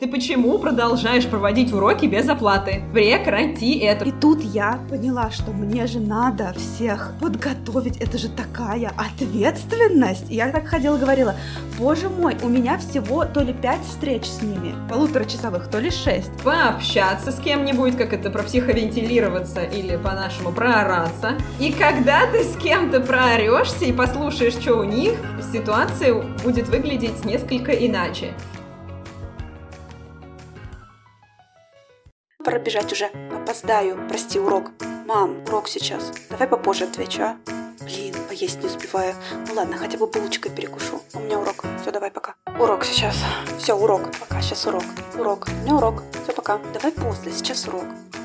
Ты почему продолжаешь проводить уроки без оплаты? Прекрати это. И тут я поняла, что мне же надо всех подготовить. Это же такая ответственность. Я так ходила и говорила: боже мой, у меня всего то ли 5 встреч с ними, полуторачасовых, то ли 6. Пообщаться с кем-нибудь, как это, пропсиховентилироваться или по-нашему проораться. И когда ты с кем-то проорешься и послушаешь, что у них, ситуация будет выглядеть несколько иначе. Пора бежать уже, опоздаю, прости, урок. Мам, урок сейчас, давай попозже отвечу, а? Блин, поесть не успеваю. Ну ладно, хотя бы булочкой перекушу. У меня урок. Все, давай, пока. Урок сейчас. Все, урок. Пока, сейчас урок. Урок. У меня урок. Все, пока. Давай после, сейчас урок.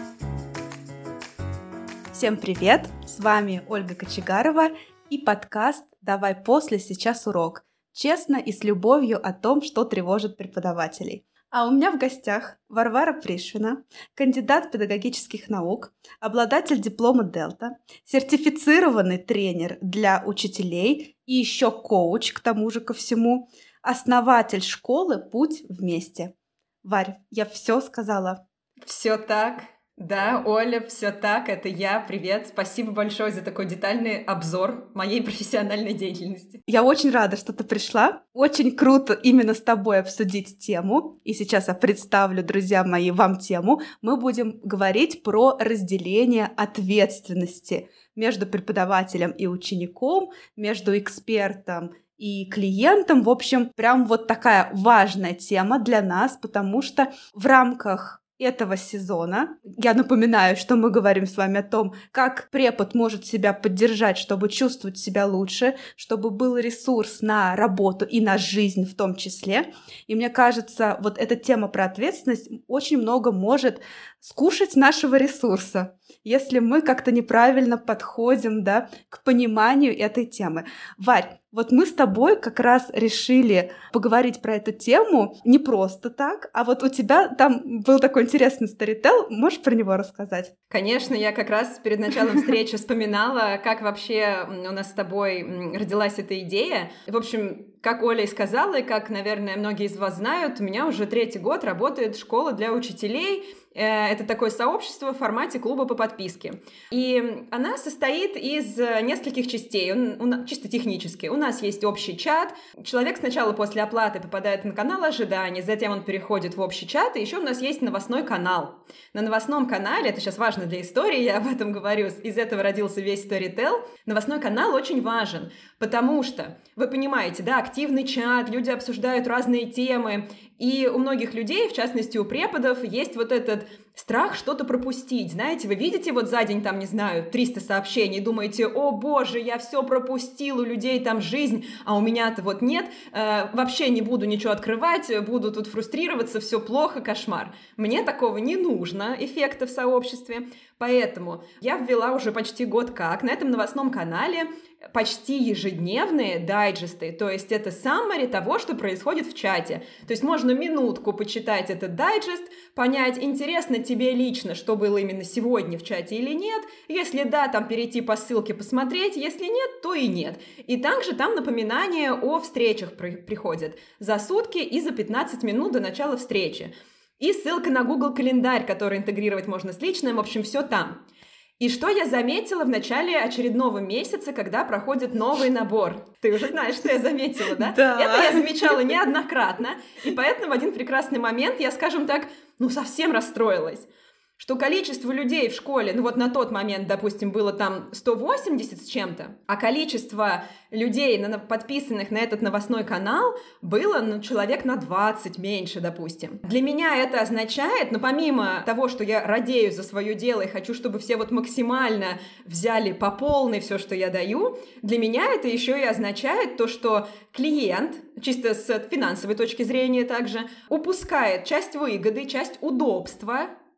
Всем привет! С вами Ольга Кочегарова и подкаст «Давай после, сейчас урок». Честно и с любовью о том, что тревожит преподавателей. А у меня в гостях Варвара Пришвина, кандидат педагогических наук, обладатель диплома Делта, сертифицированный тренер для учителей и еще коуч к тому же ко всему, основатель школы «Путь вместе». Варь, я все сказала. Все так. Да, Оля, все так, это я, привет. Спасибо большое за такой детальный обзор моей профессиональной деятельности. Я очень рада, что ты пришла. Очень круто именно с тобой обсудить тему. И сейчас я представлю, друзья мои, вам тему. Мы будем говорить про разделение ответственности между преподавателем и учеником, между экспертом и клиентом. В общем, прям вот такая важная тема для нас, потому что в рамках этого сезона. Я напоминаю, что мы говорим с вами о том, как препод может себя поддержать, чтобы чувствовать себя лучше, чтобы был ресурс на работу и на жизнь в том числе. И мне кажется, вот эта тема про ответственность очень много может скушать нашего ресурса, если мы как-то неправильно подходим, да, к пониманию этой темы. Варь, вот мы с тобой как раз решили поговорить про эту тему не просто так, а вот у тебя там был такой интересный сторител, можешь про него рассказать? Конечно, я как раз перед началом встречи вспоминала, как вообще у нас с тобой родилась эта идея. В общем, как Оля и сказала, и как, наверное, многие из вас знают, у меня уже 3-й год работает школа для учителей. Это такое сообщество в формате клуба по подписке. И она состоит из нескольких частей, чисто технически. У нас есть общий чат. Человек сначала после оплаты попадает на канал ожиданий, затем он переходит в общий чат, и еще у нас есть новостной канал. На новостном канале, это сейчас важно для истории, я об этом говорю, из этого родился весь Storytel, новостной канал очень важен, потому что, вы понимаете, да, активный чат, люди обсуждают разные темы, и у многих людей, в частности у преподов, есть вот этот страх что-то пропустить. Знаете, вы видите вот за день, там, не знаю, 300 сообщений, думаете: о боже, я все пропустил, у людей там жизнь, а у меня-то вот нет, вообще не буду ничего открывать, буду тут фрустрироваться, все плохо, кошмар. Мне такого не нужно, эффекта в сообществе, поэтому я ввела уже почти год как на этом новостном канале почти ежедневные дайджесты, то есть это саммари того, что происходит в чате. То есть можно минутку почитать этот дайджест, понять, интересно тебе лично, что было именно сегодня в чате или нет. Если да, там перейти по ссылке посмотреть, если нет, то и нет. И также там напоминания о встречах приходят за сутки и за 15 минут до начала встречи. И ссылка на Google календарь, который интегрировать можно с личным, в общем, все там. И что я заметила в начале очередного месяца, когда проходит новый набор? Ты уже знаешь, что я заметила, да? Да. Это я замечала неоднократно, и поэтому в один прекрасный момент я, скажем так, совсем расстроилась, что количество людей в школе, вот на тот момент, допустим, было там 180 с чем-то, а количество людей, подписанных на этот новостной канал, было, человек на 20 меньше, допустим. Для меня это означает, помимо того, что я радею за свое дело и хочу, чтобы все вот максимально взяли по полной все, что я даю, для меня это еще и означает то, что клиент, чисто с финансовой точки зрения также, упускает часть выгоды, часть удобства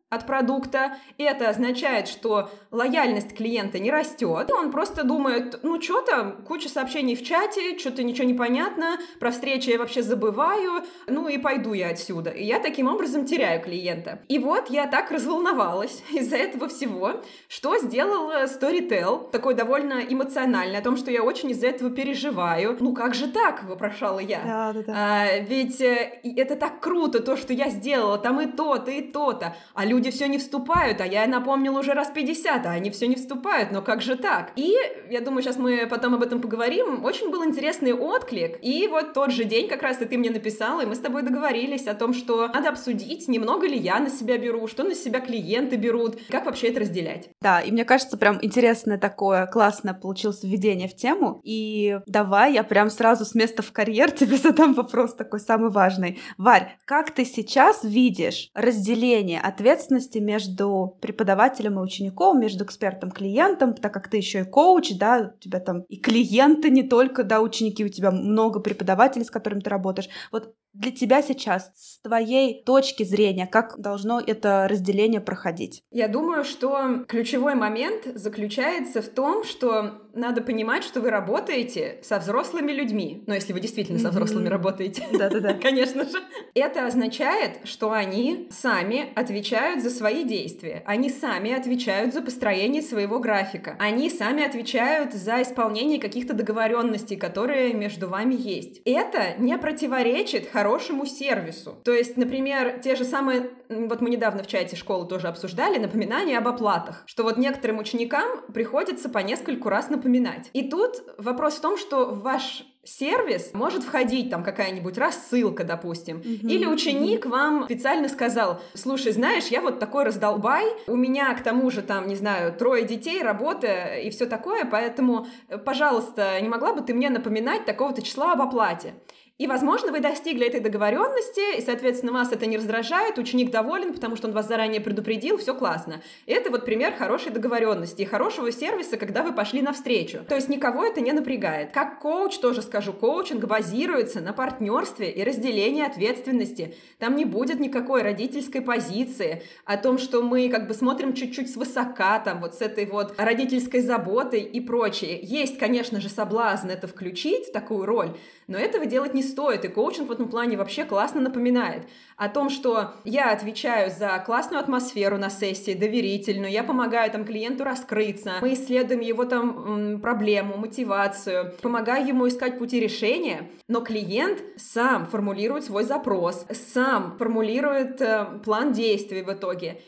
от продукта. Это означает, что лояльность клиента не растет. Он просто думает, ну что там, куча сообщений в чате, что-то ничего не понятно, про встречи я вообще забываю, ну и пойду я отсюда. И я таким образом теряю клиента. И вот я так разволновалась из-за этого всего, что сделала Storytel, такой довольно эмоциональный, о том, что я очень из-за этого переживаю. Ну как же так, вопрошала я. Да. Ведь это так круто, то, что я сделала, там и то-то, и то-то. А люди все не вступают, а я напомнила уже раз 50, а они все не вступают, но как же так? И я думаю, сейчас мы потом об этом поговорим. Очень был интересный отклик. И вот тот же день как раз и ты мне написала, и мы с тобой договорились о том, что надо обсудить, немного ли я на себя беру, что на себя клиенты берут, как вообще это разделять. Да, и мне кажется, прям интересное такое, классное получилось введение в тему. И давай я прям сразу с места в карьер тебе задам вопрос такой самый важный. Варь, как ты сейчас видишь разделение ответственности между преподавателем и учеником, между экспертом и клиентом, так как ты еще и коуч, да, у тебя там и клиенты не только, да, ученики, у тебя много преподавателей, с которыми ты работаешь. Вот для тебя сейчас, с твоей точки зрения, как должно это разделение проходить? Я думаю, что ключевой момент заключается в том, что надо понимать, что вы работаете со взрослыми людьми. Но если вы действительно со взрослыми работаете. Да-да-да. Конечно же. Это означает, что они сами отвечают за свои действия. Они сами отвечают за построение своего графика. Они сами отвечают за исполнение каких-то договоренностей, которые между вами есть. Это не противоречит хорошему сервису. То есть, например, те же самые... Вот мы недавно в чате школы тоже обсуждали напоминания об оплатах. Что вот некоторым ученикам приходится по нескольку раз напоминать. И тут вопрос в том, что в ваш сервис может входить там какая-нибудь рассылка, допустим, или ученик вам специально сказал: слушай, знаешь, я вот такой раздолбай, у меня к тому же там, не знаю, 3 детей, работа и все такое, поэтому, пожалуйста, не могла бы ты мне напоминать такого-то числа об оплате? И, возможно, вы достигли этой договоренности, и, соответственно, вас это не раздражает, ученик доволен, потому что он вас заранее предупредил, все классно. Это вот пример хорошей договоренности и хорошего сервиса, когда вы пошли навстречу. То есть никого это не напрягает. Как коуч, тоже скажу, коучинг базируется на партнерстве и разделении ответственности. Там не будет никакой родительской позиции, о том, что мы как бы смотрим чуть-чуть свысока, там вот с этой вот родительской заботой и прочее. Есть, конечно же, соблазн это включить, такую роль, но этого делать не стоит, и коучинг в этом плане вообще классно напоминает о том, что я отвечаю за классную атмосферу на сессии, доверительную, я помогаю там клиенту раскрыться, мы исследуем его там проблему, мотивацию, помогаю ему искать пути решения, но клиент сам формулирует свой запрос, сам формулирует план действий в итоге.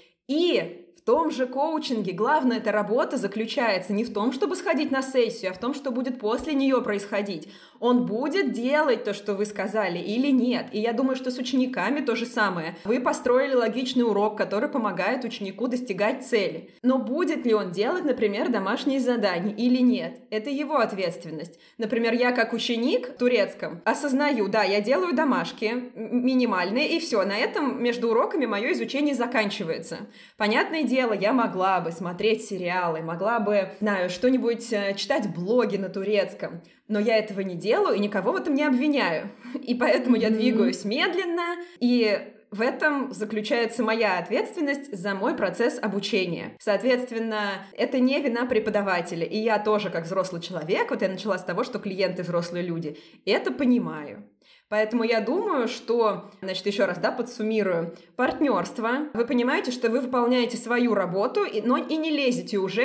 И в том же коучинге главная эта работа заключается не в том, чтобы сходить на сессию, а в том, что будет после нее происходить. Он будет делать то, что вы сказали, или нет. И я думаю, что с учениками то же самое. Вы построили логичный урок, который помогает ученику достигать цели. Но будет ли он делать, например, домашние задания или нет? Это его ответственность. Например, я как ученик в турецком осознаю, да, я делаю домашки минимальные, и все. На этом между уроками мое изучение заканчивается. Понятное дело, я могла бы смотреть сериалы, могла бы, знаю, что-нибудь читать блоги на турецком, но я этого не делаю и никого в этом не обвиняю. И поэтому я двигаюсь медленно, и в этом заключается моя ответственность за мой процесс обучения. Соответственно, это не вина преподавателя. И я тоже, как взрослый человек, вот я начала с того, что клиенты взрослые люди, это понимаю. Поэтому я думаю, что, значит, еще раз, да, подсуммирую. Партнерство. Вы понимаете, что вы выполняете свою работу, но и не лезете уже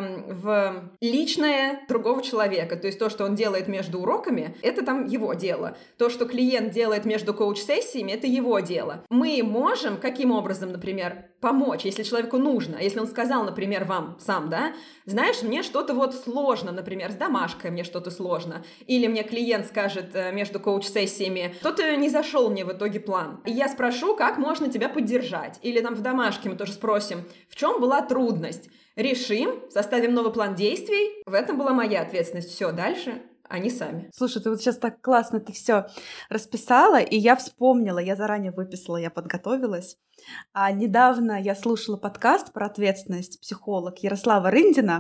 в личное другого человека. То есть то, что он делает между уроками, это там его дело. То, что клиент делает между коуч-сессиями, это его дело. Мы можем каким образом, например, помочь, если человеку нужно. Если он сказал, например, вам сам, да, знаешь, мне что-то вот сложно, например, с домашкой мне что-то сложно. Или мне клиент скажет между коуч-сессиями, что-то не зашел мне в итоге план. И я спрошу, как можно тебя поддержать. Или там в домашке мы тоже спросим, в чем была трудность. Решим, составим новый план действий. В этом была моя ответственность. Все, дальше они сами. Слушай, ты вот сейчас так классно ты все расписала, и я вспомнила, я заранее выписала, я подготовилась. А недавно я слушала подкаст про ответственность, психолог Ярослава Рындина.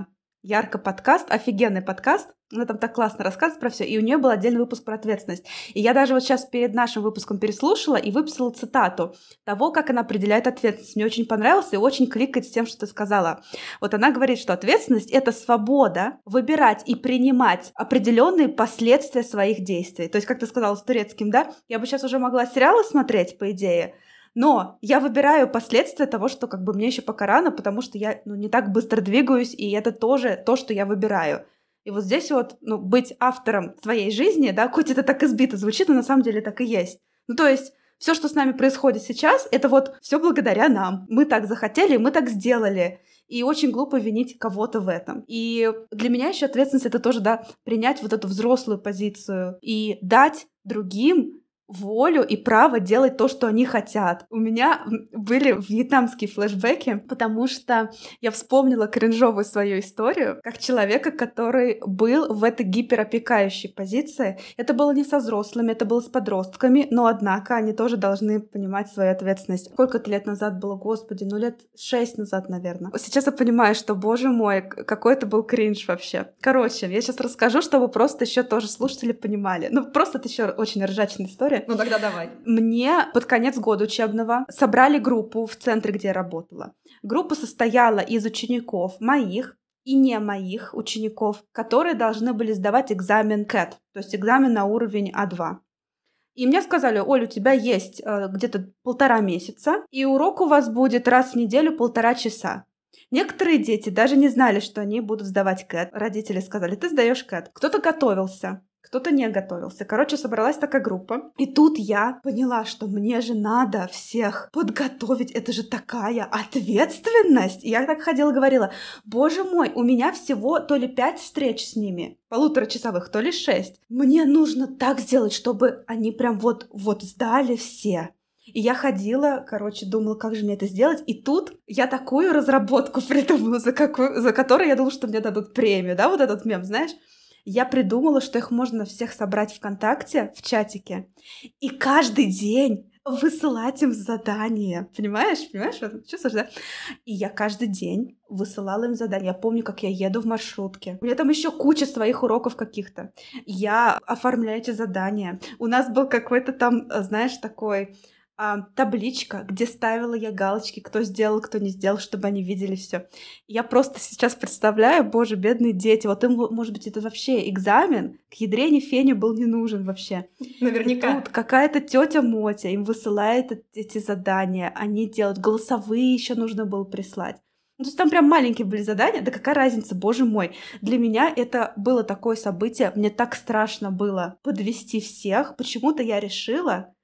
Ярко подкаст, офигенный подкаст. Она там так классно рассказывает про все, и у нее был отдельный выпуск про ответственность. И я даже вот сейчас перед нашим выпуском переслушала и выписала цитату того, как она определяет ответственность. Мне очень понравилось и очень кликает с тем, что ты сказала. Вот она говорит, что ответственность — это свобода выбирать и принимать определенные последствия своих действий. То есть, как ты сказала, с турецким, да? Я бы сейчас уже могла сериалы смотреть, по идее, но я выбираю последствия того, что как бы мне еще пока рано, потому что я не так быстро двигаюсь, и это тоже то, что я выбираю. И вот здесь вот быть автором своей жизни, да, хоть это так избито звучит, но на самом деле так и есть. То есть все, что с нами происходит сейчас, это вот все благодаря нам. Мы так захотели, мы так сделали. И очень глупо винить кого-то в этом. И для меня еще ответственность — это тоже, да, принять вот эту взрослую позицию и дать другим волю и право делать то, что они хотят. У меня были вьетнамские флешбеки, потому что я вспомнила кринжовую свою историю как человека, который был в этой гиперопекающей позиции. Это было не со взрослыми, это было с подростками, но, однако, они тоже должны понимать свою ответственность. Сколько это лет назад было, господи, лет 6 назад, наверное. Сейчас я понимаю, что, боже мой, какой это был кринж вообще. Короче, я сейчас расскажу, чтобы просто еще тоже слушатели понимали. Просто это еще очень ржачная история. Тогда давай. Мне под конец года учебного собрали группу в центре, где я работала. Группа состояла из учеников моих и не моих учеников, которые должны были сдавать экзамен КЭТ, то есть экзамен на уровень А2. И мне сказали: Оль, у тебя есть где-то 1,5 месяца, и урок у вас будет раз в неделю 1,5 часа. Некоторые дети даже не знали, что они будут сдавать КЭТ. Родители сказали: ты сдаешь КЭТ. Кто-то готовился, кто-то не готовился. Короче, собралась такая группа. И тут я поняла, что мне же надо всех подготовить. Это же такая ответственность. И я так ходила и говорила: боже мой, у меня всего то ли 5 встреч с ними, 1,5-часовых, то ли 6. Мне нужно так сделать, чтобы они прям вот сдали все. И я ходила, думала, как же мне это сделать. И тут я такую разработку придумала, за которую я думала, что мне дадут премию. Да, вот этот мем, знаешь? Я придумала, что их можно всех собрать ВКонтакте, в чатике, и каждый день высылать им задания. Понимаешь? Чувствуешь, да? И я каждый день высылала им задания. Я помню, как я еду в маршрутке. У меня там еще куча своих уроков каких-то. Я оформляю эти задания. У нас был какой-то там, знаешь, такой... табличка, где ставила я галочки, кто сделал, кто не сделал, чтобы они видели все. Я просто сейчас представляю, боже, бедные дети, вот им, может быть, это вообще экзамен к ядрене фене был не нужен вообще. Наверняка. И тут какая-то тетя Мотя им высылает эти задания, они делают, голосовые еще нужно было прислать. То есть там прям маленькие были задания, да какая разница, боже мой. Для меня это было такое событие, мне так страшно было подвести всех. Почему-то я решила,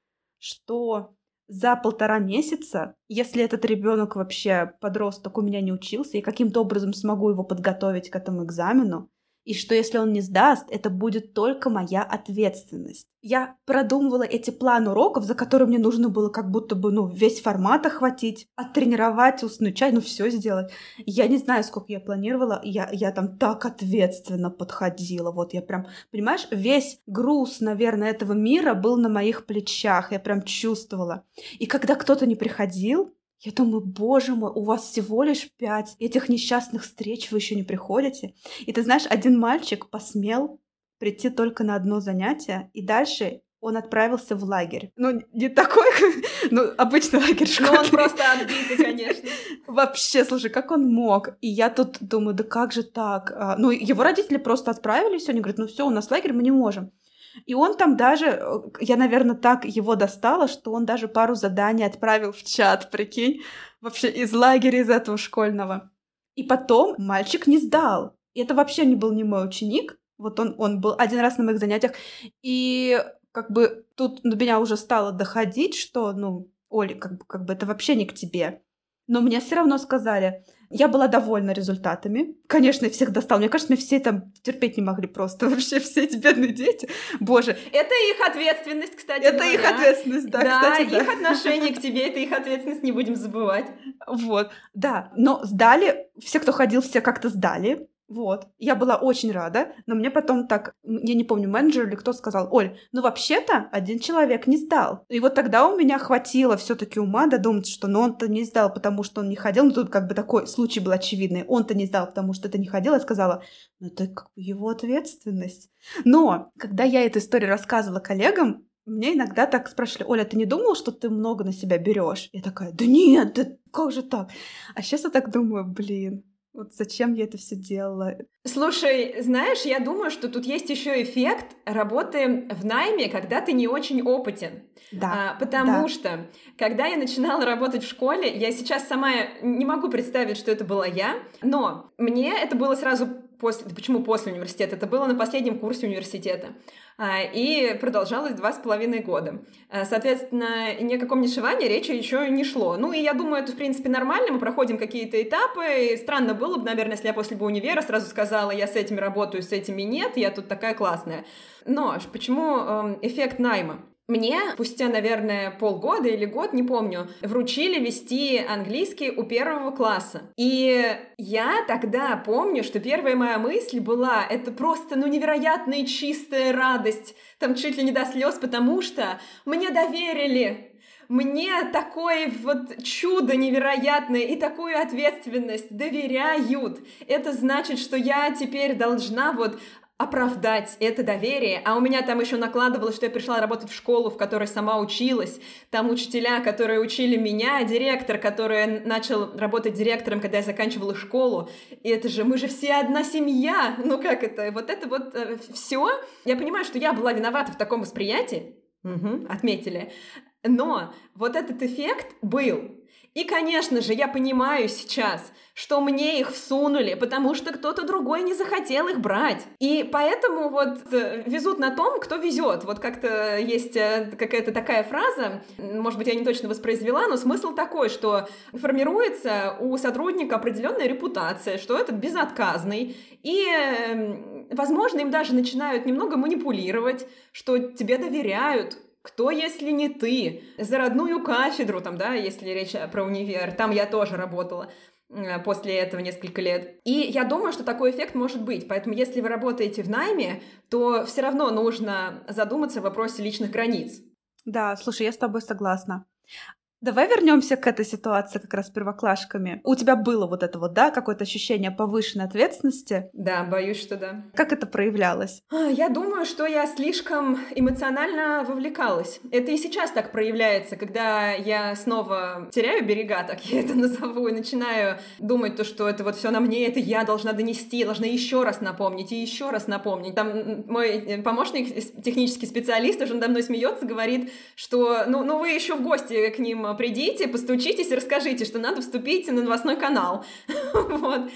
что за 1,5 месяца, если этот ребенок вообще подросток у меня не учился, и каким-то образом смогу его подготовить к этому экзамену, и что если он не сдаст, это будет только моя ответственность. Я продумывала эти планы уроков, за которые мне нужно было как будто бы, весь формат охватить, оттренировать устную часть, все сделать. Я не знаю, сколько я планировала, я там так ответственно подходила. Вот я прям, понимаешь, весь груз, наверное, этого мира был на моих плечах, я прям чувствовала. И когда кто-то не приходил, я думаю, боже мой, у вас всего лишь 5 этих несчастных встреч, вы еще не приходите. И ты знаешь, один мальчик посмел прийти только на одно занятие, и дальше он отправился в лагерь. Не такой, обычный лагерь школьный. Но он просто отбитый, конечно. Вообще, слушай, как он мог? И я тут думаю, да как же так? Его родители просто отправили, все, они говорят, все, у нас лагерь, мы не можем. И он там даже, я, наверное, так его достала, что он даже пару заданий отправил в чат, прикинь, вообще из лагеря, из этого школьного. И потом мальчик не сдал. И это вообще не был не мой ученик. Вот он был один раз на моих занятиях. И тут до меня уже стало доходить, что, Оля, как бы это вообще не к тебе. Но мне все равно сказали... Я была довольна результатами. Конечно, я всех достала. Мне кажется, мне все там терпеть не могли просто. Вообще все эти бедные дети. Боже. Это их ответственность, кстати. Это их ответственность, да, кстати, да. Их отношение к тебе, это их ответственность, не будем забывать. Вот, да. Но сдали, все, кто ходил, все как-то сдали. Вот. Я была очень рада, но мне потом так, я не помню, менеджер или кто сказал: Оль, ну вообще-то один человек не сдал. И вот тогда у меня хватило все-таки ума додуматься, что ну он-то не сдал, потому что он не ходил. Ну тут как бы такой случай был очевидный. Он-то не сдал, потому что ты не ходил. Я сказала: ну это как бы его ответственность. Но когда я эту историю рассказывала коллегам, мне иногда так спрашивали: Оля, ты не думала, что ты много на себя берешь? Я такая: да нет, да как же так? А сейчас я так думаю: блин, вот зачем я это все делала? Слушай, знаешь, я думаю, что тут есть еще эффект работы в найме, когда ты не очень опытен. Да, Потому да. что, когда я начинала работать в школе, я сейчас сама не могу представить, что это была я, но мне это было сразу после... Почему после университета? Это было на последнем курсе университета. И продолжалось 2,5 года. Соответственно, ни о каком нишевании речи еще не шло. Ну, и я думаю, это, в принципе, нормально. Мы проходим какие-то этапы. И странно было бы, наверное, если я после бы универа сразу сказала: я с этими работаю, с этими нет, я тут такая классная. Но почему эффект найма? Мне спустя, наверное, полгода или год, не помню, вручили вести английский у 1 класса. И я тогда помню, что первая моя мысль была: это просто, невероятная чистая радость, там чуть ли не до слез, потому что мне доверили. Мне такое вот чудо невероятное и такую ответственность доверяют. Это значит, что я теперь должна оправдать это доверие. А у меня там еще накладывалось, что я пришла работать в школу, в которой сама училась. Там учителя, которые учили меня, директор, который начал работать директором, когда я заканчивала школу. И это же, мы же все одна семья. Ну как это? Вот это вот все. Я понимаю, что я была виновата в таком восприятии. Отметили. Но вот этот эффект был. И, конечно же, я понимаю сейчас, что мне их всунули, потому что кто-то другой не захотел их брать. И поэтому везут на том, кто везет. Вот как-то есть какая-то такая фраза, может быть, я не точно воспроизвела, но смысл такой, что формируется у сотрудника определенная репутация, что этот безотказный, и, возможно, им даже начинают немного манипулировать, что тебе доверяют. Кто, если не ты? За родную кафедру, если речь про универ, там я тоже работала после этого несколько лет. И я думаю, что такой эффект может быть. Поэтому если вы работаете в найме, то все равно нужно задуматься в вопросе личных границ. Да, слушай, я с тобой согласна. Давай вернемся к этой ситуации как раз с первоклашками. У тебя было вот это да, какое-то ощущение повышенной ответственности? Да, боюсь, что да. Как это проявлялось? Я думаю, что я слишком эмоционально вовлекалась. Это и сейчас так проявляется, когда я снова теряю берега, так я это назову, и начинаю думать, что это все на мне, это я должна донести, должна еще раз напомнить и еще раз напомнить. Там мой помощник, технический специалист, уже надо мной смеется, говорит, что вы еще в гости к ним придите, постучитесь и расскажите, что надо вступить на новостной канал. Вот.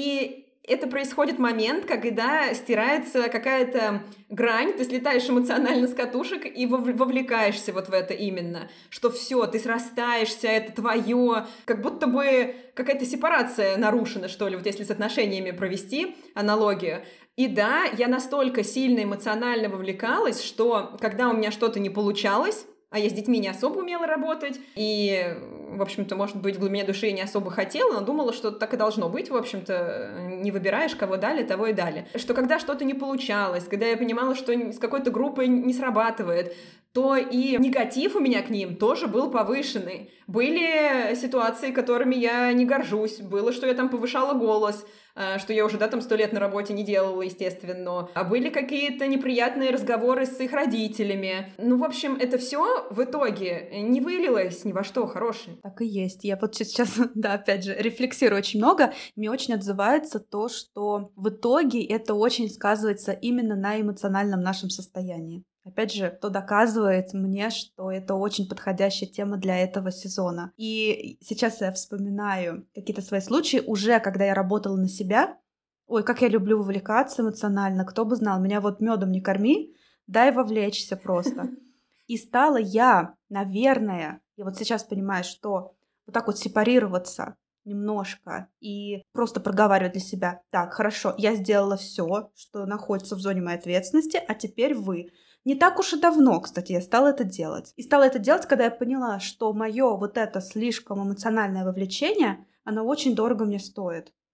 И это происходит момент, когда стирается какая-то грань, ты слетаешь эмоционально с катушек и вовлекаешься в это именно, что все, ты срастаешься, это твое, как будто бы какая-то сепарация нарушена, что ли, если с отношениями провести аналогию. И да, я настолько сильно эмоционально вовлекалась, что когда у меня что-то не получалось, а я с детьми не особо умела работать, и, в общем-то, может быть, в глубине души не особо хотела, но думала, что так и должно быть, в общем-то, не выбираешь, кого дали, того и дали. Что когда что-то не получалось, когда я понимала, что с какой-то группой не срабатывает, то и негатив у меня к ним тоже был повышенный. Были ситуации, которыми я не горжусь, было, что я там повышала голос, что я уже, 100 лет на работе не делала, естественно. А были какие-то неприятные разговоры с их родителями. В общем, это все в итоге не вылилось ни во что хорошее. Так и есть. Я сейчас, опять же, рефлексирую очень много. Мне очень отзывается то, что в итоге это очень сказывается именно на эмоциональном нашем состоянии. Опять же, то доказывает мне, что это очень подходящая тема для этого сезона. И сейчас я вспоминаю какие-то свои случаи уже, когда я работала на себя. Ой, как я люблю вовлекаться эмоционально. Кто бы знал, меня медом не корми, дай вовлечься просто. И стала я, наверное, я сейчас понимаю, что вот так сепарироваться немножко и просто проговаривать для себя: так, хорошо, я сделала все, что находится в зоне моей ответственности, а теперь вы. Не так уж и давно, кстати, я стала это делать. И стала это делать, когда я поняла, что мое это слишком эмоциональное вовлечение, оно очень дорого мне стоит.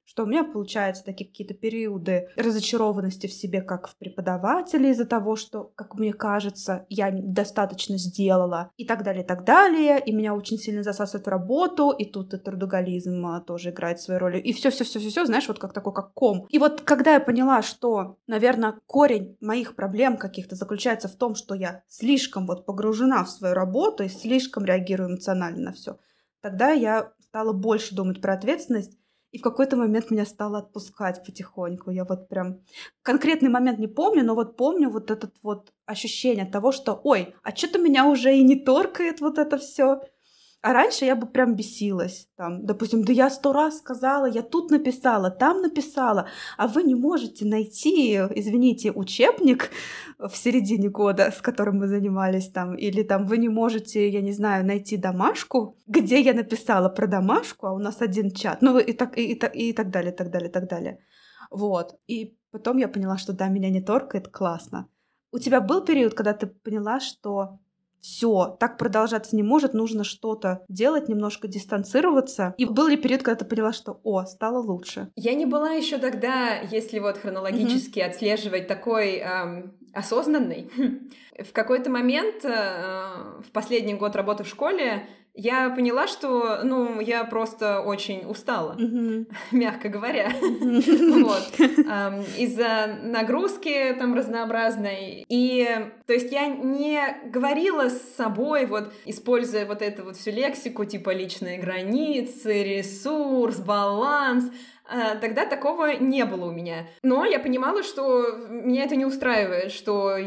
что у меня получаются такие какие-то периоды разочарованности в себе, как в преподавателе из-за того, что, как мне кажется, я недостаточно сделала, и так далее, и так далее, и меня очень сильно засасывает в работу, и тут и трудоголизм тоже играет свою роль, и все, знаешь, вот как такой, как ком. И вот когда я поняла, что, наверное, корень моих проблем каких-то заключается в том, что я слишком вот погружена в свою работу и слишком реагирую эмоционально на все, тогда я стала больше думать про ответственность, и в какой-то момент меня стало отпускать потихоньку. Я вот прям конкретный момент не помню, но вот помню вот это вот ощущение того, что ой, а что-то меня уже и не торкает вот это все. А раньше я бы прям бесилась. Там, допустим, да я 100 раз сказала, я тут написала, там написала, а вы не можете найти, извините, учебник в середине года, с которым мы занимались там, или там вы не можете, я не знаю, найти домашку, где я написала про домашку, а у нас один чат, ну и так далее, так далее, так далее. Вот. И потом я поняла, что да, меня не торкает, классно. У тебя был период, когда ты поняла, что все, так продолжаться не может, нужно что-то делать, немножко дистанцироваться. И был ли период, когда ты поняла, что, стало лучше? Я не была еще тогда, если вот хронологически отслеживать, такой осознанной. В какой-то момент, в последний год работы в школе, я поняла, что, я просто очень устала, мягко говоря. Из-за нагрузки там разнообразной. И, то есть, я не говорила с собой, вот, используя вот эту вот всю лексику, типа личные границы, ресурс, баланс. Тогда такого не было у меня. Но я понимала, что меня это не устраивает, что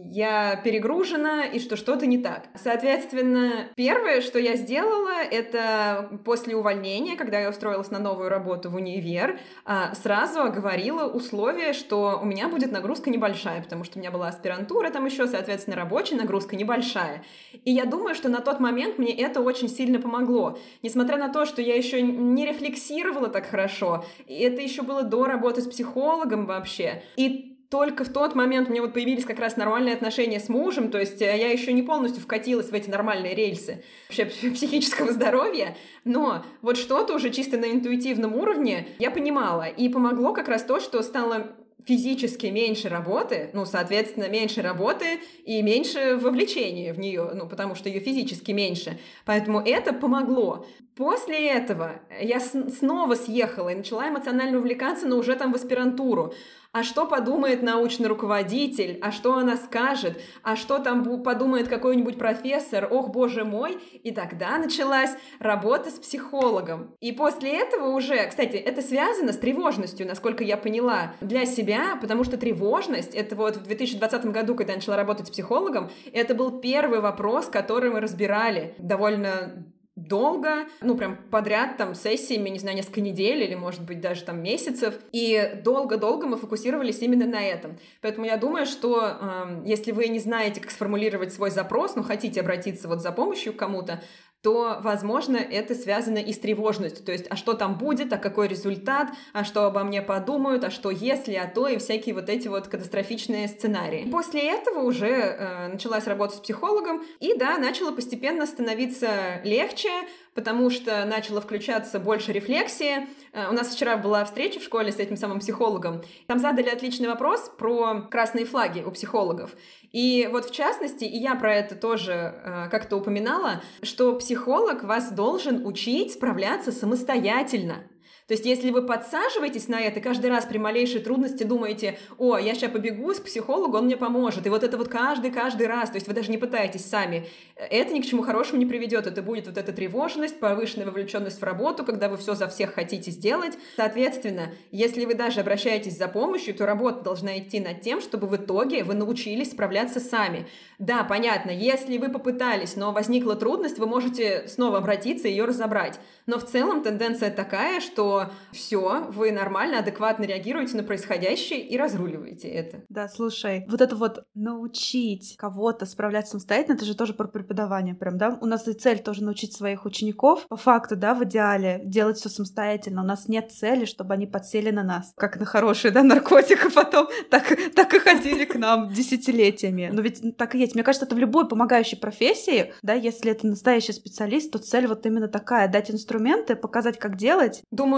я перегружена и что что-то не так. Соответственно, первое, что я сделала, это после увольнения, когда я устроилась на новую работу в универ, сразу оговорила условие, что у меня будет нагрузка небольшая, потому что у меня была аспирантура там еще, соответственно, рабочая нагрузка небольшая. И я думаю, что на тот момент мне это очень сильно помогло. Несмотря на то, что я еще не рефлексировала так хорошо, и это еще было до работы с психологом вообще. И только в тот момент у меня вот появились как раз нормальные отношения с мужем, то есть я еще не полностью вкатилась в эти нормальные рельсы вообще психического здоровья, но вот что-то уже чисто на интуитивном уровне я понимала. И помогло как раз то, что стало физически меньше работы, соответственно, меньше работы и меньше вовлечения в нее, потому что ее физически меньше. Поэтому это помогло. После этого я снова съехала и начала эмоционально увлекаться, но уже там в аспирантуру. А что подумает научный руководитель? А что она скажет? А что там подумает какой-нибудь профессор? Ох, боже мой! И тогда началась работа с психологом. И после этого уже, кстати, это связано с тревожностью, насколько я поняла, для себя, потому что тревожность, это вот в 2020 году, когда я начала работать с психологом, это был первый вопрос, который мы разбирали довольно долго, прям подряд там сессиями, не знаю, несколько недель или, может быть, даже там месяцев, и долго-долго мы фокусировались именно на этом. Поэтому я думаю, что если вы не знаете, как сформулировать свой запрос, хотите обратиться вот за помощью к кому-то, то, возможно, это связано и с тревожностью. То есть, а что там будет, а какой результат, а что обо мне подумают, а что если, а то, и всякие вот эти вот катастрофичные сценарии. После этого уже началась работа с психологом, и да, начало постепенно становиться легче, потому что начало включаться больше рефлексии. У нас вчера была встреча в школе с этим самым психологом. Там задали отличный вопрос про красные флаги у психологов. И вот в частности, и я про это тоже как-то упоминала, что психолог вас должен учить справляться самостоятельно. То есть, если вы подсаживаетесь на это, каждый раз при малейшей трудности думаете, я сейчас побегу к психологу, он мне поможет. И вот это вот каждый раз, то есть вы даже не пытаетесь сами. Это ни к чему хорошему не приведет. Это будет вот эта тревожность, повышенная вовлеченность в работу, когда вы все за всех хотите сделать. Соответственно, если вы даже обращаетесь за помощью, то работа должна идти над тем, чтобы в итоге вы научились справляться сами. Да, понятно, если вы попытались, но возникла трудность, вы можете снова обратиться и ее разобрать. Но в целом тенденция такая, что все, вы нормально, адекватно реагируете на происходящее и разруливаете это. Да, слушай, вот это вот научить кого-то справляться самостоятельно, это же тоже про преподавание прям, да? У нас и цель тоже научить своих учеников, по факту, да, в идеале, делать все самостоятельно. У нас нет цели, чтобы они подсели на нас, как на хороший, да, наркотик, а потом так и ходили к нам десятилетиями. Но ведь так и есть. Мне кажется, это в любой помогающей профессии, да, если это настоящий специалист, то цель вот именно такая — дать инструменты, показать, как делать. Думаю,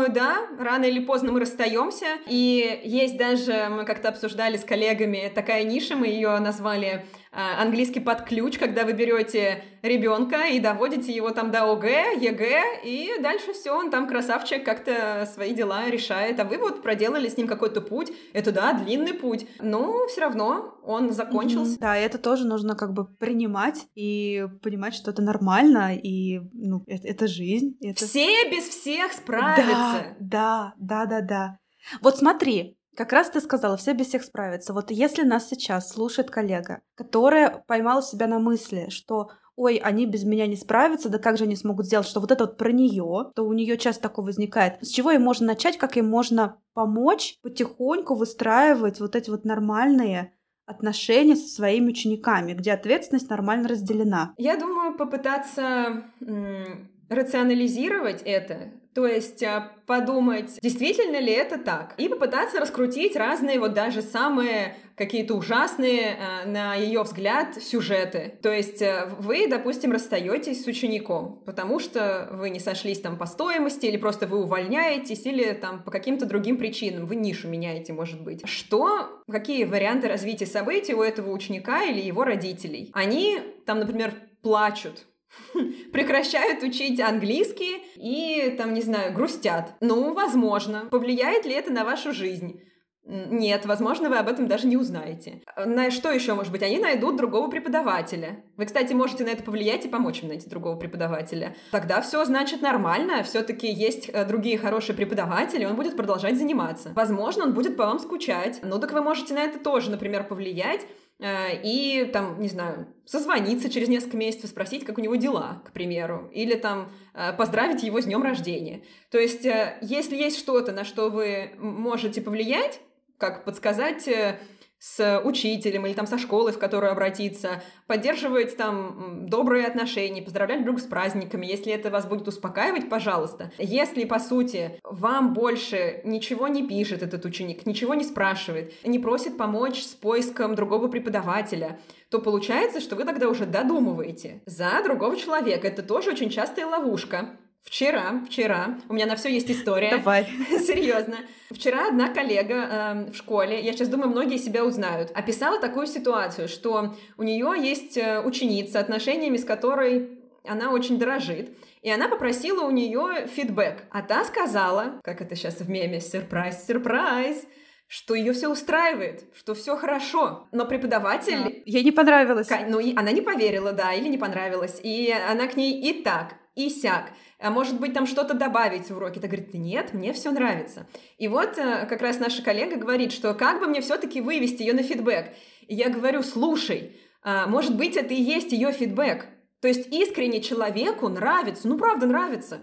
думаю, да, рано или поздно мы расстаемся. И есть даже, мы как-то обсуждали с коллегами, такая ниша, мы ее назвали английский под ключ, когда вы берете ребенка и доводите его там до ОГЭ, ЕГЭ, и дальше все, он там красавчик, как-то свои дела решает, а вы вот проделали с ним какой-то путь, это да, длинный путь, но все равно он закончился. Да, это тоже нужно как бы принимать и понимать, что это нормально, и это жизнь. Все без всех справятся. Да. Вот смотри, как раз ты сказала, все без всех справятся. Вот если нас сейчас слушает коллега, которая поймала себя на мысли, что ой, они без меня не справятся, да как же они смогут сделать, что вот это вот про нее, то у нее часто такое возникает. С чего им можно начать, как им можно помочь потихоньку выстраивать вот эти вот нормальные отношения со своими учениками, где ответственность нормально разделена? Я думаю, попытаться рационализировать это, то есть подумать, действительно ли это так, и попытаться раскрутить разные вот даже самые какие-то ужасные, на ее взгляд, сюжеты. То есть вы, допустим, расстаетесь с учеником, потому что вы не сошлись там по стоимости, или просто вы увольняетесь, или там по каким-то другим причинам, вы нишу меняете, может быть. Какие варианты развития событий у этого ученика или его родителей? Они там, например, плачут, прекращают учить английский и, там, не знаю, грустят. Возможно. Повлияет ли это на вашу жизнь? Нет, возможно, вы об этом даже не узнаете. На что еще, может быть? Они найдут другого преподавателя. Вы, кстати, можете на это повлиять и помочь им найти другого преподавателя. Тогда все значит нормально, все-таки есть другие хорошие преподаватели, он будет продолжать заниматься. Возможно, он будет по вам скучать. Так вы можете на это тоже, например, повлиять, и, там, не знаю, созвониться через несколько месяцев, спросить, как у него дела, к примеру, или там поздравить его с днем рождения. То есть, если есть что-то, на что вы можете повлиять, как подсказать с учителем или там со школой, в которую обратиться, поддерживать там добрые отношения, поздравлять друг с праздниками. Если это вас будет успокаивать, пожалуйста. Если, по сути, вам больше ничего не пишет этот ученик, ничего не спрашивает, не просит помочь с поиском другого преподавателя, то получается, что вы тогда уже додумываете за другого человека. Это тоже очень частая ловушка. Вчера, у меня на все есть история. Давай. Серьезно. Вчера одна коллега в школе, я сейчас думаю, многие себя узнают, описала такую ситуацию, что у нее есть ученица, отношениями с которой она очень дорожит, и она попросила у нее фидбэк. А та сказала, как это сейчас в меме, сюрприз, что ее все устраивает, что все хорошо. Но преподаватель... Ей не понравилось. Она не поверила, да, или не понравилось. И она к ней и так, и сяк. А может быть, там что-то добавить в уроке. Та говорит, нет, мне все нравится. И вот как раз наша коллега говорит, что как бы мне все-таки вывести ее на фидбэк. И я говорю, слушай, может быть, это и есть ее фидбэк. То есть искренне человеку нравится, правда нравится.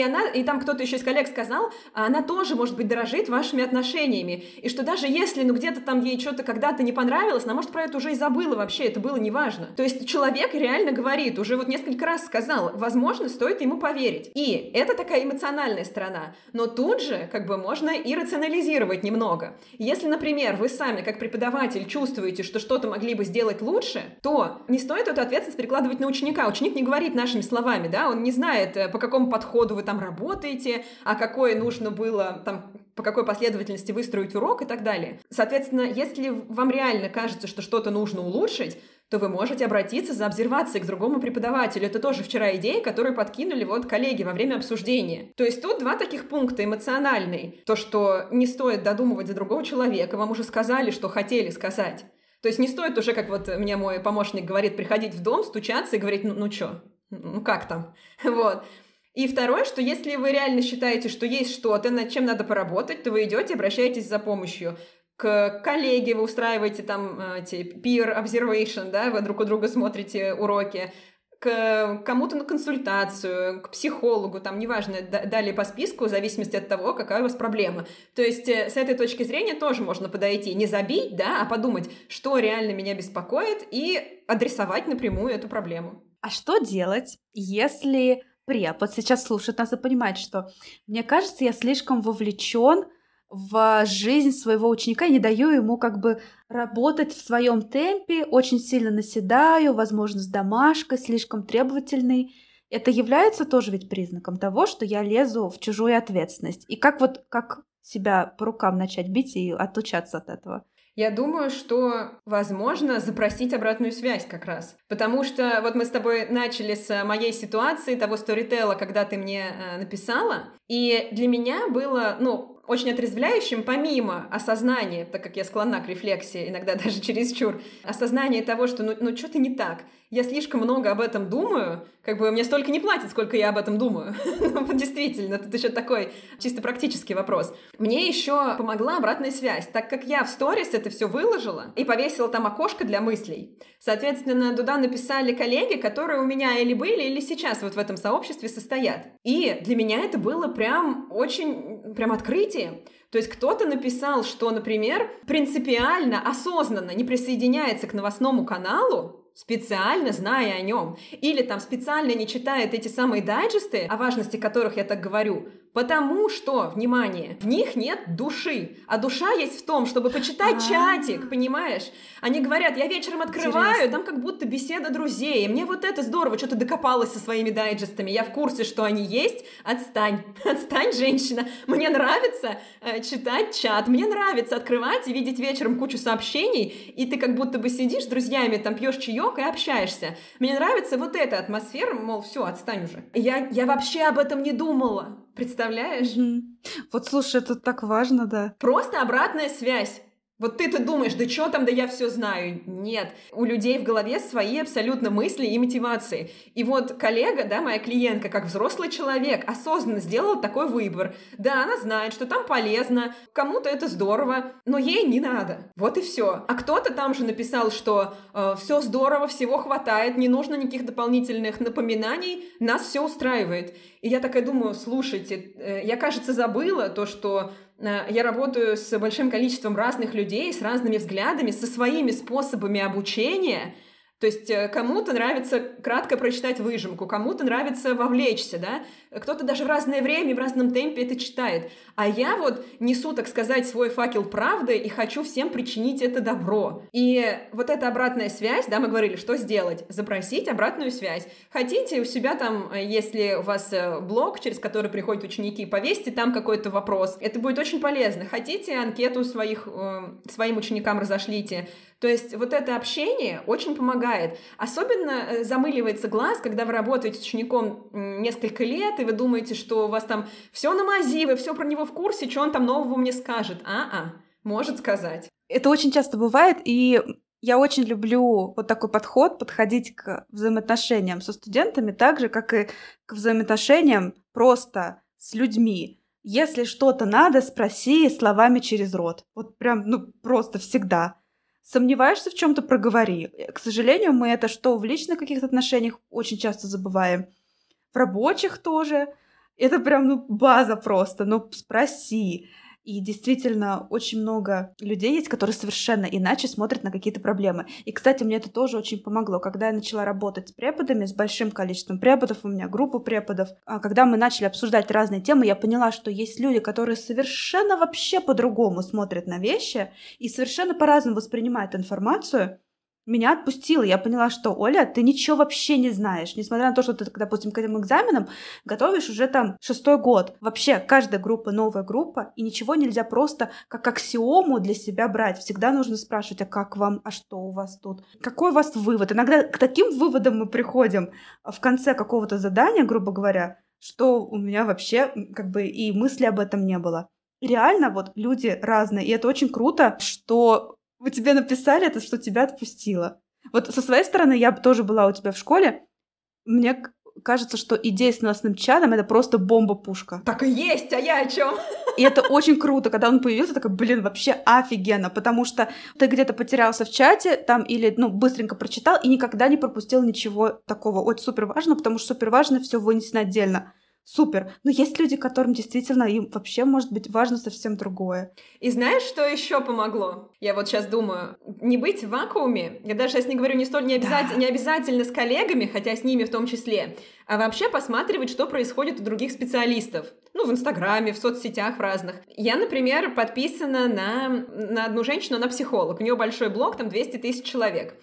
И там кто-то еще из коллег сказал, она тоже, может быть, дорожит вашими отношениями. И что даже если, где-то там ей что-то когда-то не понравилось, она, может, про это уже и забыла вообще, это было неважно. То есть человек реально говорит, уже вот несколько раз сказал, возможно, стоит ему поверить. И это такая эмоциональная сторона. Но тут же, можно и рационализировать немного. Если, например, вы сами, как преподаватель, чувствуете, что что-то могли бы сделать лучше, то не стоит эту ответственность перекладывать на ученика. Ученик не говорит нашими словами, да, он не знает, по какому подходу вы там работаете, а какое нужно было там, по какой последовательности выстроить урок и так далее. Соответственно, если вам реально кажется, что что-то нужно улучшить, то вы можете обратиться за обсервацией к другому преподавателю. Это тоже вчера идея, которую подкинули коллеги во время обсуждения. То есть тут два таких пункта. Эмоциональный. То, что не стоит додумывать за другого человека, вам уже сказали, что хотели сказать. То есть не стоит уже, как мне мой помощник говорит, приходить в дом, стучаться и говорить, чё? Как там? Вот. И второе, что если вы реально считаете, что есть что-то, над чем надо поработать, то вы идете, обращаетесь за помощью к коллеге, вы устраиваете там peer observation, да, вы друг у друга смотрите уроки, к кому-то на консультацию, к психологу, там, неважно, далее по списку, в зависимости от того, какая у вас проблема. То есть с этой точки зрения тоже можно подойти, не забить, да, а подумать, что реально меня беспокоит, и адресовать напрямую эту проблему. А что делать, если препод сейчас слушает нас и понимает, что, мне кажется, я слишком вовлечен в жизнь своего ученика и не даю ему работать в своем темпе, очень сильно наседаю, возможно, с домашкой, слишком требовательный. Это является тоже ведь признаком того, что я лезу в чужую ответственность. И как себя по рукам начать бить и отлучаться от этого? Я думаю, что возможно запросить обратную связь как раз. Потому что вот мы с тобой начали с моей ситуации, того сторителла, когда ты мне написала. И для меня было, очень отрезвляющим, помимо осознания, так как я склонна к рефлексии, иногда даже чересчур, осознание того, что что-то не так. Я слишком много об этом думаю, мне столько не платят, сколько я об этом думаю. Действительно, тут еще такой чисто практический вопрос. Мне еще помогла обратная связь, так как я в сторис это все выложила и повесила там окошко для мыслей. Соответственно, туда написали коллеги, которые у меня или были, или сейчас вот в этом сообществе состоят. И для меня это было прям открытие. То есть кто-то написал, что, например, принципиально, осознанно не присоединяется к новостному каналу, специально зная о нем, или там специально не читает эти самые дайджесты, о важности которых я так говорю, потому что, внимание, в них нет души, а душа есть в том, чтобы почитать чатик, понимаешь? Они говорят, я вечером открываю, там как будто беседа друзей, мне вот это здорово, что ты докопалась со своими дайджестами, я в курсе, что они есть, отстань, женщина, мне нравится читать чат, мне нравится открывать и видеть вечером кучу сообщений, и ты как будто бы сидишь с друзьями, там пьешь чаек и общаешься. Мне нравится вот эта атмосфера, мол, все, отстань уже. Я вообще об этом не думала. Представляешь? Вот слушай, это так важно, да. Просто обратная связь. Вот ты-то думаешь, да что там, да я все знаю. Нет, у людей в голове свои абсолютно мысли и мотивации. И вот коллега, да, моя клиентка, как взрослый человек, осознанно сделала такой выбор. Да, она знает, что там полезно, кому-то это здорово, но ей не надо. Вот и все. А кто-то там же написал, что все здорово, всего хватает, не нужно никаких дополнительных напоминаний, нас все устраивает. И я такая думаю, слушайте, я, кажется, забыла то, что я работаю с большим количеством разных людей, с разными взглядами, со своими способами обучения. То есть кому-то нравится кратко прочитать выжимку, кому-то нравится вовлечься, да? Кто-то даже в разное время, в разном темпе это читает. А я вот несу, так сказать, свой факел правды и хочу всем причинить это добро. И вот эта обратная связь, да, мы говорили, что сделать? Запросить обратную связь. Хотите у себя там, если у вас блог, через который приходят ученики, повесьте там какой-то вопрос. Это будет очень полезно. Хотите анкету своим ученикам разошлите. То есть вот это общение очень помогает. Особенно замыливается глаз, когда вы работаете с учеником несколько лет, и вы думаете, что у вас там все на мази, вы все про него в курсе, что он там нового мне скажет. Может сказать. Это очень часто бывает, и я очень люблю вот такой подход, подходить к взаимоотношениям со студентами так же, как и к взаимоотношениям просто с людьми. Если что-то надо, спроси словами через рот. Вот прям, просто всегда. Сомневаешься в чем-то, проговори. К сожалению, мы это что в личных каких-то отношениях очень часто забываем. В рабочих тоже. Это прям, база просто. Спроси. И действительно, очень много людей есть, которые совершенно иначе смотрят на какие-то проблемы. И, кстати, мне это тоже очень помогло. Когда я начала работать с преподами, с большим количеством преподов, у меня группа преподов, когда мы начали обсуждать разные темы, я поняла, что есть люди, которые совершенно вообще по-другому смотрят на вещи и совершенно по-разному воспринимают информацию. Меня отпустило. Я поняла, что, Оля, ты ничего вообще не знаешь. Несмотря на то, что ты, допустим, к этим экзаменам готовишь уже там 6-й год. Вообще, каждая группа новая группа, и ничего нельзя просто как аксиому для себя брать. Всегда нужно спрашивать, а как вам, а что у вас тут? Какой у вас вывод? Иногда к таким выводам мы приходим в конце какого-то задания, грубо говоря, что у меня вообще и мысли об этом не было. И реально вот люди разные, и это очень круто, что вы тебе написали это, что тебя отпустило. Вот со своей стороны, я тоже была у тебя в школе. Мне кажется, что идея с новостным чатом — это просто бомба-пушка. Так и есть, а я о чем? И это очень круто, когда он появился, такой, вообще офигенно, потому что ты где-то потерялся в чате, там или, быстренько прочитал и никогда не пропустил ничего такого. Вот супер важно, потому что супер важно все вынесено отдельно. Супер. Но есть люди, которым действительно им вообще может быть важно совсем другое. И знаешь, что еще помогло? Я вот сейчас думаю, не быть в вакууме, я даже сейчас не говорю не обязательно с коллегами, хотя с ними в том числе, а вообще посматривать, что происходит у других специалистов. В Инстаграме, в соцсетях в разных. Я, например, подписана на одну женщину, она психолог. У нее большой блог, там 200 000 человек.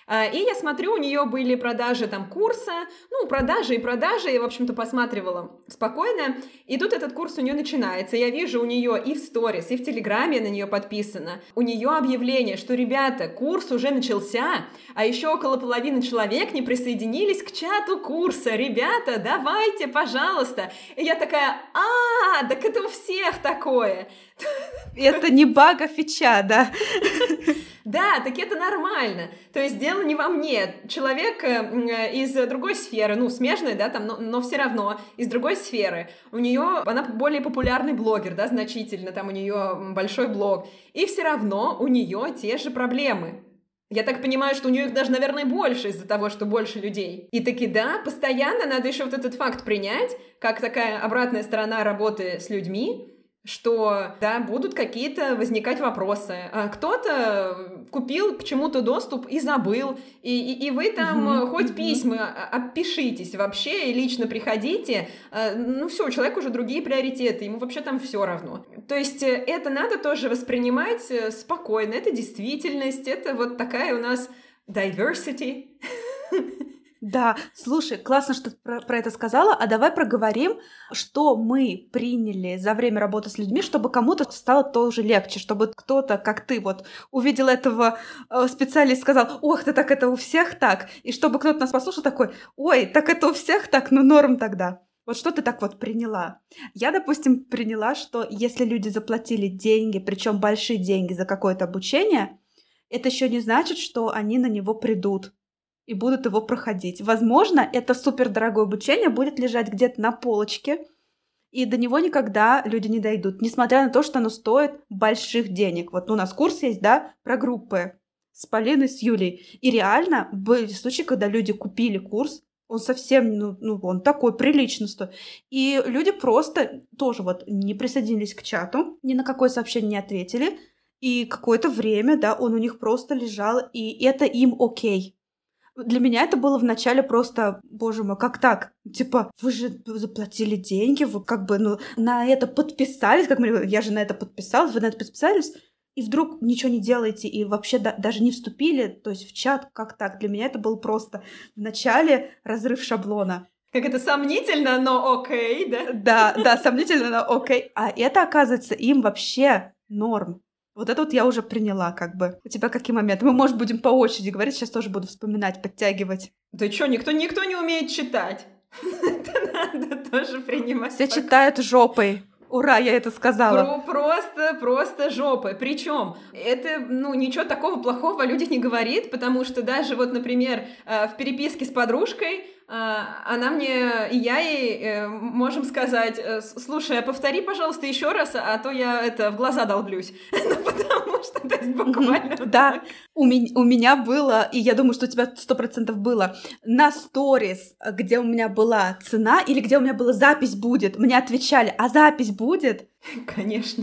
И я смотрю, у нее были продажи там курса, продажи, я, в общем-то, посматривала спокойно, и тут этот курс у нее начинается, я вижу у нее и в сторис, и в Телеграме на нее подписано, у нее объявление, что, ребята, курс уже начался, а еще около половины человек не присоединились к чату курса, ребята, давайте, пожалуйста, и я такая, так это у всех такое. Это не баг, а фича, да? Да, так это нормально. То есть дело не во мне. Человек из другой сферы, смежной, да, там, но все равно из другой сферы. Она более популярный блогер, да, значительно, там у нее большой блог. И все равно у нее те же проблемы. Я так понимаю, что у нее их даже, наверное, больше из-за того, что больше людей. И таки да, постоянно надо еще вот этот факт принять, как такая обратная сторона работы с людьми, что, да, будут какие-то возникать вопросы. Кто-то купил к чему-то доступ и забыл, и вы там хоть письма отпишитесь вообще и лично приходите, все, у человека уже другие приоритеты, ему вообще там все равно. То есть это надо тоже воспринимать спокойно, это действительность, это вот такая у нас diversity. Да, слушай, классно, что ты про это сказала, а давай проговорим, что мы приняли за время работы с людьми, чтобы кому-то стало тоже легче, чтобы кто-то, как ты, вот увидел этого специалиста и сказал, ох, ты так это у всех так, и чтобы кто-то нас послушал такой, ой, так это у всех так, норм тогда. Вот что ты так вот приняла? Я, допустим, приняла, что если люди заплатили деньги, причем большие деньги за какое-то обучение, это еще не значит, что они на него придут и будут его проходить. Возможно, это супердорогое обучение будет лежать где-то на полочке, и до него никогда люди не дойдут, несмотря на то, что оно стоит больших денег. Вот у нас курс есть, да, про группы с Полиной, с Юлей. И реально были случаи, когда люди купили курс, он совсем, он такой прилично стоит. И люди просто тоже вот не присоединились к чату, ни на какое сообщение не ответили, и какое-то время, да, он у них просто лежал, и это им окей. Для меня это было вначале просто, боже мой, как так? Типа, вы же заплатили деньги, вы как бы, на это подписались, я же на это подписалась, вы на это подписались, и вдруг ничего не делаете, и вообще даже не вступили, то есть в чат, как так? Для меня это был просто вначале разрыв шаблона. Как это сомнительно, но окей, да? Да, сомнительно, но окей. А это, оказывается, им вообще норм. Вот это вот я уже приняла, как бы. У тебя какие моменты? Мы, может, будем по очереди говорить, сейчас тоже буду вспоминать, подтягивать. Да что, никто не умеет читать. Это надо тоже принимать. Все читают жопой. Ура, я это сказала. Просто жопой. Причем это, ничего такого плохого о людях не говорит, потому что даже вот, например, в переписке с подружкой она мне, и я ей можем сказать, слушай, повтори, пожалуйста, еще раз, а то я в глаза долблюсь. Потому что, то есть, буквально... Да, у меня было, и я думаю, что у тебя 100% было, на сторис, где у меня была цена или где у меня была запись будет, мне отвечали, а запись будет? Конечно.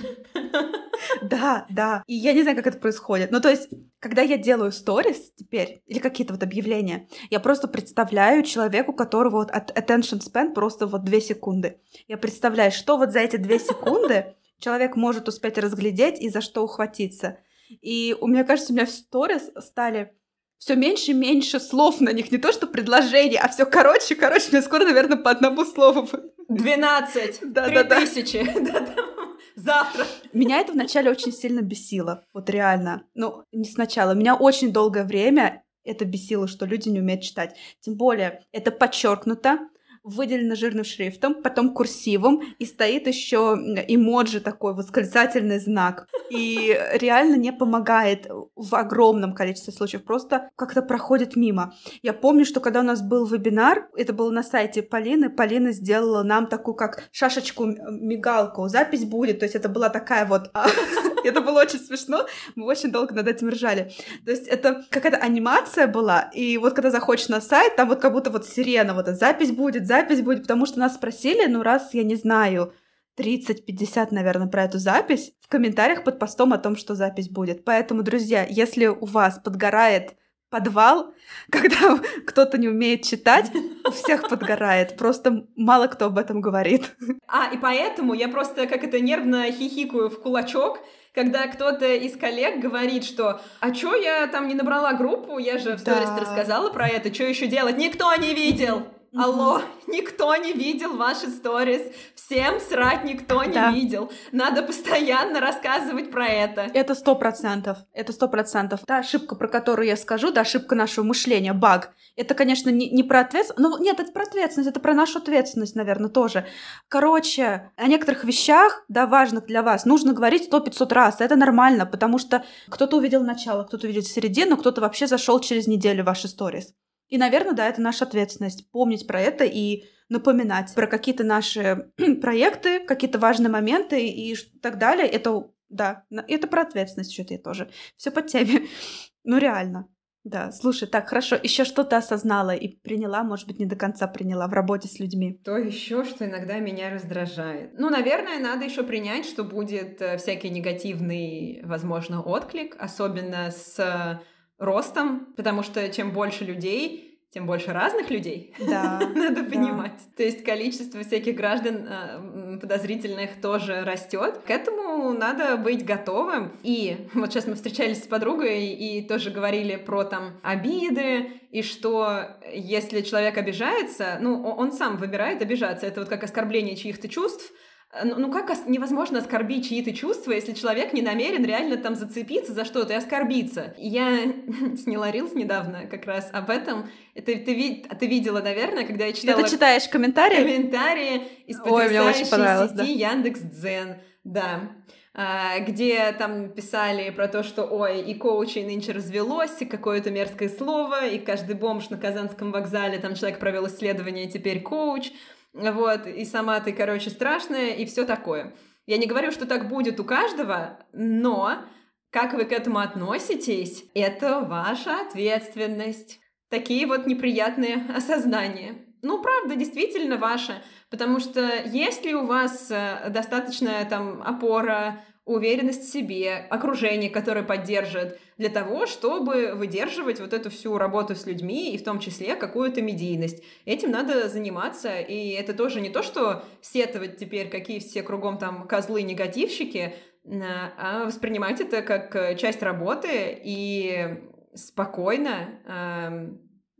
Да. И я не знаю, как это происходит. То есть, когда я делаю сторис теперь, или какие-то вот объявления, я просто представляю человеку, у которого вот attention span просто вот 2 секунды. Я представляю, что вот за эти 2 секунды человек может успеть разглядеть и за что ухватиться. И мне кажется, у меня в сторис стали все меньше и меньше слов на них. Не то, что предложения, а все короче. Мне скоро, наверное, по одному слову. 12, 3000. Завтра. Меня это вначале очень сильно бесило. Вот реально. Не сначала. Меня очень долгое время это бесило, что люди не умеют читать. Тем более, это подчеркнуто, выделено жирным шрифтом, потом курсивом, и стоит еще эмоджи такой, восклицательный знак. И реально не помогает в огромном количестве случаев, просто как-то проходит мимо. Я помню, что когда у нас был вебинар, это было на сайте Полины, Полина сделала нам такую, как шашечку-мигалку, запись будет, то есть это была такая вот... Это было очень смешно, мы очень долго над этим ржали. То есть это какая-то анимация была, и вот когда заходишь на сайт, там вот как будто вот сирена, вот запись будет, потому что нас спросили, раз, я не знаю, 30-50, наверное, про эту запись в комментариях под постом о том, что запись будет. Поэтому, друзья, если у вас подгорает подвал, когда кто-то не умеет читать, у всех подгорает. Просто мало кто об этом говорит. И поэтому я просто нервно хихикаю в кулачок, когда кто-то из коллег говорит, что «А чё я там не набрала группу? Я же в сторис рассказала про это, что еще делать?» Никто не видел! Алло, никто не видел ваши сторис, всем срать никто не видел. Надо постоянно рассказывать про это. Это 100%, это 100%. Та ошибка, про которую я скажу, да, ошибка нашего мышления, баг, это, конечно, не про ответственность, ну, нет, это про ответственность, это про нашу ответственность, наверное, тоже. Короче, о некоторых вещах, да, важных для вас, нужно говорить 100-500 раз, это нормально, потому что кто-то увидел начало, кто-то увидел середину, кто-то вообще зашел через неделю в ваши сторис. И, наверное, да, это наша ответственность помнить про это и напоминать про какие-то наши проекты, какие-то важные моменты и так далее. Это, да, это про ответственность что-то тоже. Все по теме. Ну, реально. Да, слушай, так, хорошо, еще что ты осознала и приняла, может быть, не до конца приняла в работе с людьми? То еще, что иногда меня раздражает. Ну, наверное, надо еще принять, что будет всякий негативный, возможно, отклик, особенно с ростом, потому что чем больше людей, тем больше разных людей. Да. Надо понимать. То есть количество всяких граждан подозрительных тоже растет. К этому надо быть готовым. И вот сейчас мы встречались с подругой и тоже говорили про там обиды, и что если человек обижается, ну, он сам выбирает обижаться. Это вот как оскорбление чьих-то чувств. Ну как невозможно оскорбить чьи-то чувства, если человек не намерен реально там зацепиться за что-то и оскорбиться? Я сняла рилс недавно как раз об этом. Ты видела, наверное, когда я читала... Ты читаешь комментарии? Комментарии из потрясающей сети Яндекс.Дзен, да. Где там писали про то, что ой, и коучей нынче развелось, и какое-то мерзкое слово, и каждый бомж на Казанском вокзале, там человек провел исследование, теперь коуч. Вот, и сама ты, короче, страшная, и все такое. Я не говорю, что так будет у каждого, но как вы к этому относитесь, это ваша ответственность. Такие вот неприятные осознания. Ну, правда, действительно ваша, потому что если у вас достаточная там опора, уверенность в себе, окружение, которое поддержит, для того, чтобы выдерживать вот эту всю работу с людьми и в том числе какую-то медийность. Этим надо заниматься, и это тоже не то, что сетовать теперь, какие все кругом там козлы-негативщики, а воспринимать это как часть работы и спокойно...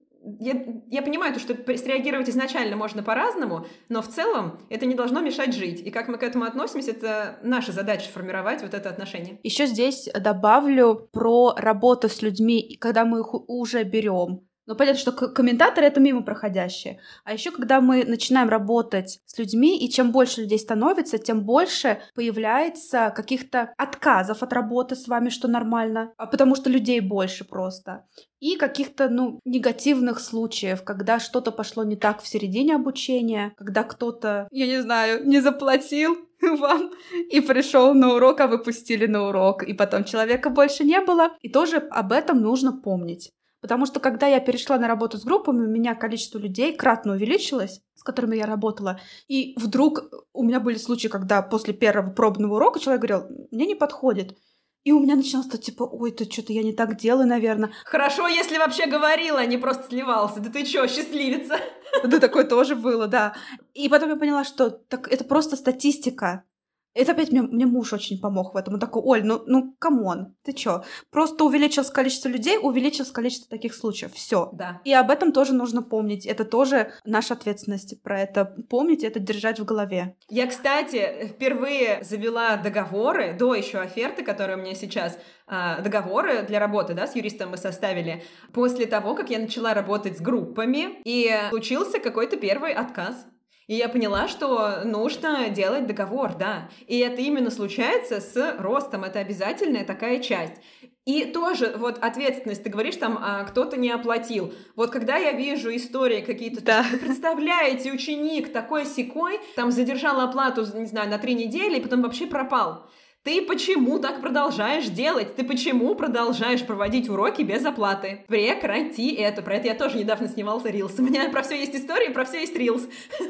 Я понимаю, что среагировать изначально можно по-разному, но в целом это не должно мешать жить. И как мы к этому относимся, это наша задача формировать вот это отношение. Еще здесь добавлю про работу с людьми, когда мы их уже берем. Ну, понятно, что комментаторы — это мимо проходящие. А еще, когда мы начинаем работать с людьми, и чем больше людей становится, тем больше появляется каких-то отказов от работы с вами, что нормально, потому что людей больше просто. И каких-то, негативных случаев, когда что-то пошло не так в середине обучения, когда кто-то, я не знаю, не заплатил вам и пришел на урок, а вы пустили на урок, и потом человека больше не было. И тоже об этом нужно помнить. Потому что, когда я перешла на работу с группами, у меня количество людей кратно увеличилось, с которыми я работала. И вдруг у меня были случаи, когда после первого пробного урока человек говорил, мне не подходит. И у меня начиналось типа, ой, это что-то я не так делаю, наверное. Хорошо, если вообще говорила, а не просто сливался. Да ты чё, счастливица? Да, такое тоже было, да. И потом я поняла, что это просто статистика. Это опять мне муж очень помог в этом. Он такой, Оль, камон, ты чё? Просто увеличилось количество людей, увеличилось количество таких случаев. Все. Да. И об этом тоже нужно помнить. Это тоже наша ответственность про это помнить, это держать в голове. Я, кстати, впервые завела договоры, до еще оферты, которые у меня сейчас, договоры для работы, да, с юристом мы составили, после того, как я начала работать с группами, и случился какой-то первый отказ. И я поняла, что нужно делать договор, да. И это именно случается с ростом, это обязательная такая часть. И тоже вот ответственность, ты говоришь, там, кто-то не оплатил. Вот когда я вижу истории какие-то, да. Вы представляете, ученик такой-сякой, там задержал оплату, не знаю, на 3 недели, и потом вообще пропал. Ты почему так продолжаешь делать? Ты почему продолжаешь проводить уроки без оплаты? Прекрати это. Про это я тоже недавно снимала рилс. У меня про все есть истории, про все есть рилс.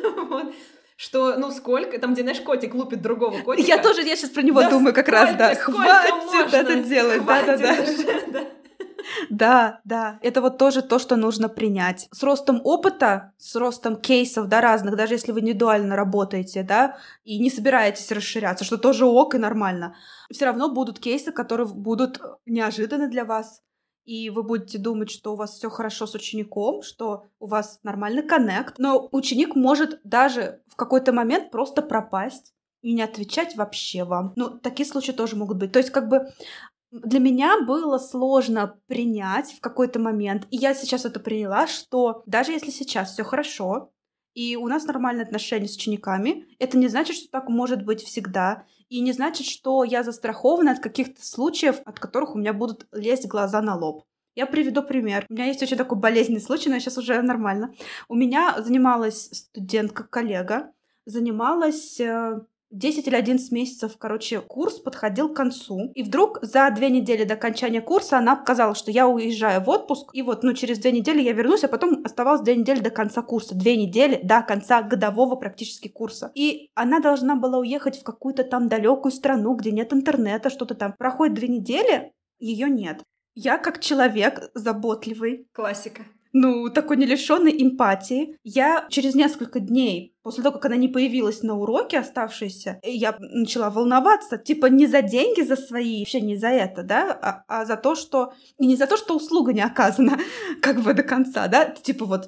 Что, сколько, там, где наш котик лупит другого котика. Я сейчас про него думаю как раз, да. Хватит это делать, да-да-да. Да, да, это вот тоже то, что нужно принять. С ростом опыта, с ростом кейсов, да, разных, даже если вы индивидуально работаете, да, и не собираетесь расширяться, что тоже ок и нормально, все равно будут кейсы, которые будут неожиданны для вас, и вы будете думать, что у вас все хорошо с учеником, что у вас нормальный коннект, но ученик может даже в какой-то момент просто пропасть и не отвечать вообще вам. Ну, такие случаи тоже могут быть. То есть, как бы, для меня было сложно принять в какой-то момент, и я сейчас это приняла, что даже если сейчас все хорошо, и у нас нормальные отношения с учениками, это не значит, что так может быть всегда, и не значит, что я застрахована от каких-то случаев, от которых у меня будут лезть глаза на лоб. Я приведу пример. У меня есть очень такой болезненный случай, но сейчас уже нормально. У меня занималась студентка-коллега, занималась 10 или 11 месяцев, короче, курс подходил к концу. И вдруг за 2 недели до окончания курса она сказала, что я уезжаю в отпуск, и вот, через 2 недели я вернусь, а потом оставалось 2 недели до конца курса. 2 недели до конца годового практически курса. И она должна была уехать в какую-то там далекую страну, где нет интернета, что-то там. Проходит 2 недели, ее нет. Я как человек заботливый, Классика. такой не лишённый эмпатии. Я через несколько дней, после того, как она не появилась на уроке оставшейся, я начала волноваться. Типа не за деньги за свои, вообще не за это, да, а за то, что... И не за то, что услуга не оказана как бы до конца, да. Типа вот,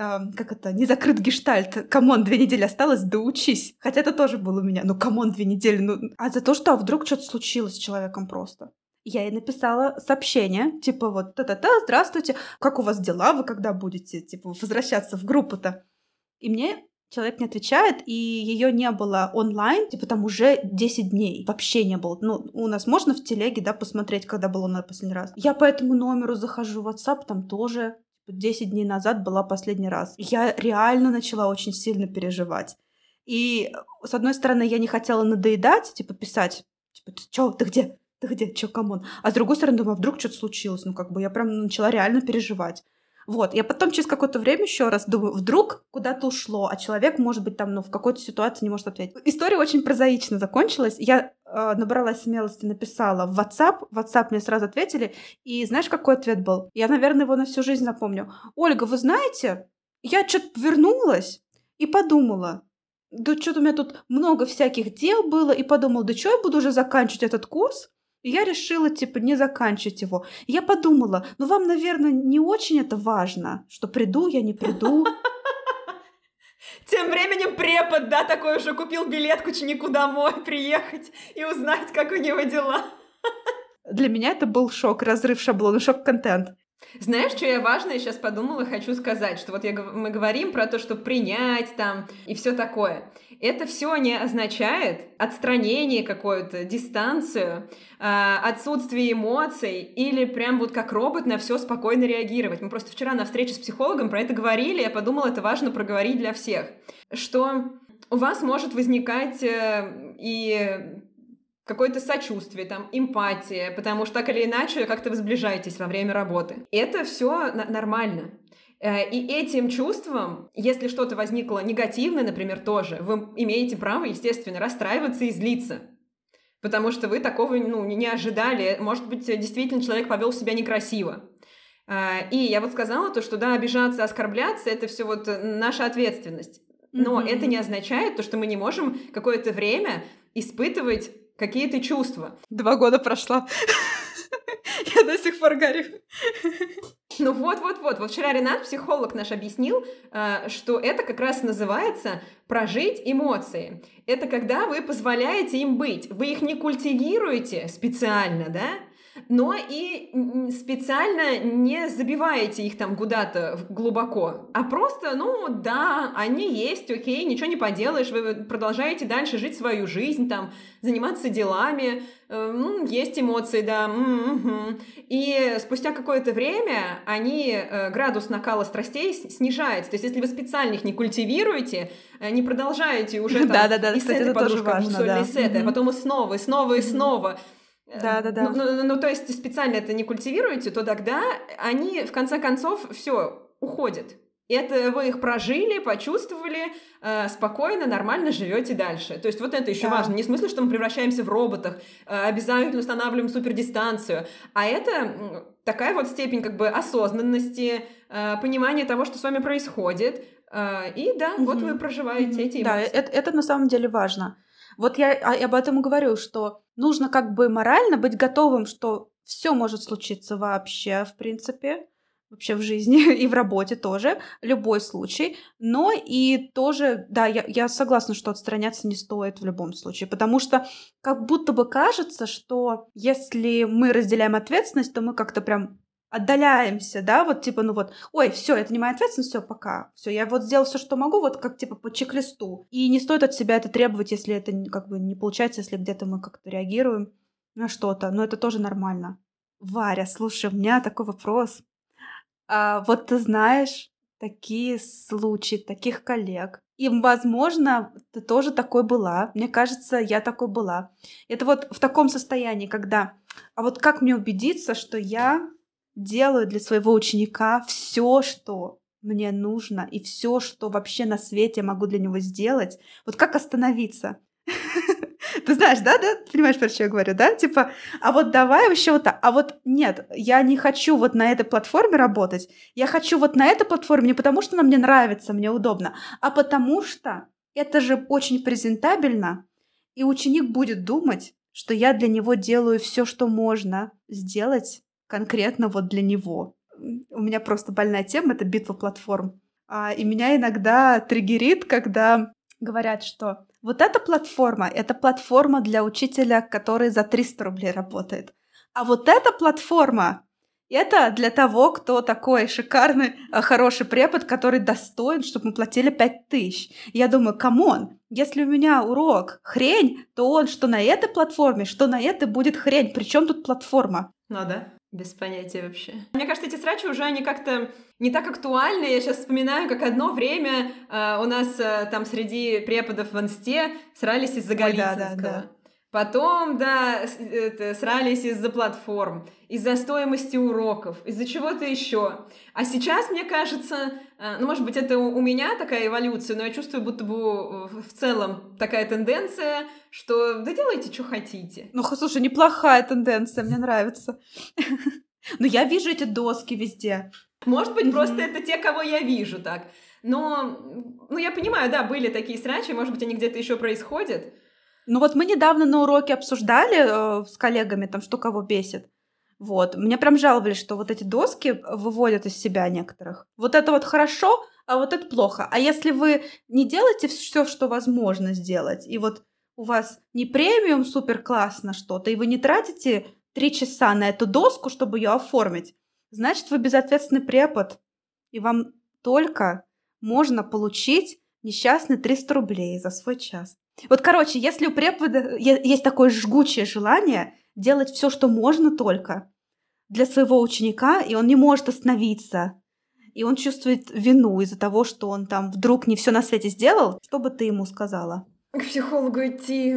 не закрыт гештальт. Камон, 2 недели осталось, да учись. Хотя это тоже было у меня. Камон, 2 недели. А за то, что вдруг что-то случилось с человеком просто. Я ей написала сообщение, типа вот та-та-та, здравствуйте, как у вас дела, вы когда будете, типа, возвращаться в группу-то? И мне человек не отвечает, и ее не было онлайн, типа, там уже 10 дней, вообще не было. У нас можно в телеге, да, посмотреть, когда было на последний раз. Я по этому номеру захожу в WhatsApp, там тоже 10 дней назад была последний раз. Я реально начала очень сильно переживать. И, с одной стороны, я не хотела надоедать, типа, писать, типа, ты где? Ты где? Чё, камон? А с другой стороны, думаю, вдруг что-то случилось? Я прям начала реально переживать. Вот, я потом через какое-то время еще раз думаю, вдруг куда-то ушло, а человек, может быть, там, в какой-то ситуации не может ответить. История очень прозаично закончилась. Я набралась смелости, написала в WhatsApp. В WhatsApp мне сразу ответили. И знаешь, какой ответ был? Я, наверное, его на всю жизнь запомню. Ольга, вы знаете, я что-то вернулась и подумала, да что-то у меня тут много всяких дел было, и подумала, да что я буду уже заканчивать этот курс? И я решила, типа, не заканчивать его. И я подумала, вам, наверное, не очень это важно, что приду я, не приду. Тем временем препод, да, такой уже купил билет к ученику домой приехать и узнать, как у него дела. Для меня это был шок, разрыв шаблона, шок-контент. Знаешь, что я важное сейчас подумала, хочу сказать, что вот мы говорим про то, что принять там и все такое. Это все не означает отстранение какое-то, дистанцию, отсутствие эмоций или прям вот как робот на все спокойно реагировать. Мы просто вчера на встрече с психологом про это говорили, я подумала, это важно проговорить для всех, что у вас может возникать и какое-то сочувствие, там, эмпатия, потому что так или иначе как-то вы сближаетесь во время работы. Это все нормально. И этим чувством, если что-то возникло негативное, например, тоже, вы имеете право, естественно, расстраиваться и злиться. Потому что вы такого не ожидали. Может быть, действительно человек повел себя некрасиво. И я вот сказала то, что да, обижаться, оскорбляться — это все вот наша ответственность. Но это не означает то, что мы не можем какое-то время испытывать какие-то чувства. 2 года прошло. Я до сих пор горю. Вот. Вот вчера Ренат, психолог наш, объяснил, что это как раз называется прожить эмоции. Это когда вы позволяете им быть. Вы их не культивируете специально, да? Но и специально не забиваете их там куда-то глубоко, а просто, да, они есть, окей, ничего не поделаешь, вы продолжаете дальше жить свою жизнь, там, заниматься делами, есть эмоции, да, и спустя какое-то время градус накала страстей снижается, то есть если вы специально их не культивируете, не продолжаете уже там, и с этой подружкой мусольной, и с этой, а потом и снова, и снова. Да. То есть специально это не культивируете, то тогда они в конце концов все уходят. Это вы их прожили, почувствовали, спокойно, нормально живете дальше. То есть вот это еще важно. Не в смысле, что мы превращаемся в роботов, обязательно устанавливаем супердистанцию, а это такая вот степень как бы осознанности, понимания того, что с вами происходит. И да, вот вы проживаете эти эмоции. Да, это на самом деле важно. Вот я об этом и говорю, что нужно как бы морально быть готовым, что все может случиться вообще, в принципе, вообще в жизни и в работе тоже, любой случай. Но и тоже, да, я согласна, что отстраняться не стоит в любом случае, потому что как будто бы кажется, что если мы разделяем ответственность, то мы как-то прям отдаляемся, да, вот типа, ну вот, ой, все, это не моя ответственность, все, пока, все, я вот сделал все, что могу, вот как типа по чек-листу, и не стоит от себя это требовать, если это как бы не получается, если где-то мы как-то реагируем на что-то, но это тоже нормально. Варя, слушай, у меня такой вопрос. Вот ты знаешь такие случаи, таких коллег, и, возможно, ты тоже такой была. Мне кажется, я такой была. Это вот в таком состоянии, когда... А вот как мне убедиться, что я делаю для своего ученика все, что мне нужно, и все, что вообще на свете я могу для него сделать? Вот как остановиться? Ты знаешь, да? Ты понимаешь, про что я говорю, да? Типа, а вот давай вообще вот так. А вот нет, я не хочу вот на этой платформе работать. Я хочу вот на этой платформе не потому, что она мне нравится, мне удобно, а потому что это же очень презентабельно, и ученик будет думать, что я для него делаю все, что можно сделать конкретно вот для него. У меня просто больная тема — это битва платформ. И меня иногда триггерит, когда говорят, что вот эта платформа — это платформа для учителя, который за 300 рублей работает. А вот эта платформа — это для того, кто такой шикарный, хороший препод, который достоин, чтобы мы платили 5000. Я думаю, камон, если у меня урок хрень, то он что на этой платформе, что на этой будет хрень. Причем тут платформа? Ну да. Без понятия вообще. Мне кажется, эти срачи уже они как-то не так актуальны. Я сейчас вспоминаю, как одно время у нас там среди преподов в инсте срались из-за Голицынского. Да. Потом, да, срались из-за платформ, из-за стоимости уроков, из-за чего-то еще. А сейчас, мне кажется, ну, может быть, это у меня такая эволюция, но я чувствую, будто бы в целом такая тенденция, что да делайте, что хотите. Ну, слушай, неплохая тенденция, мне нравится. Но я вижу эти доски везде. Может быть, просто это те, кого я вижу так. Но, ну, я понимаю, да, были такие срачи, может быть, они где-то еще происходят. Ну вот мы недавно на уроке обсуждали с коллегами, там, что кого бесит. Вот. Мне прям жаловались, что вот эти доски выводят из себя некоторых. Вот это вот хорошо, а вот это плохо. А если вы не делаете все, что возможно сделать, и вот у вас не премиум супер классно что-то, и вы не тратите 3 часа на эту доску, чтобы ее оформить, значит, вы безответственный препод, и вам только можно получить несчастные 300 рублей за свой час. Вот, короче, если у препода есть такое жгучее желание делать все, что можно только для своего ученика, и он не может остановиться, и он чувствует вину из-за того, что он там вдруг не все на свете сделал, что бы ты ему сказала? К психологу идти.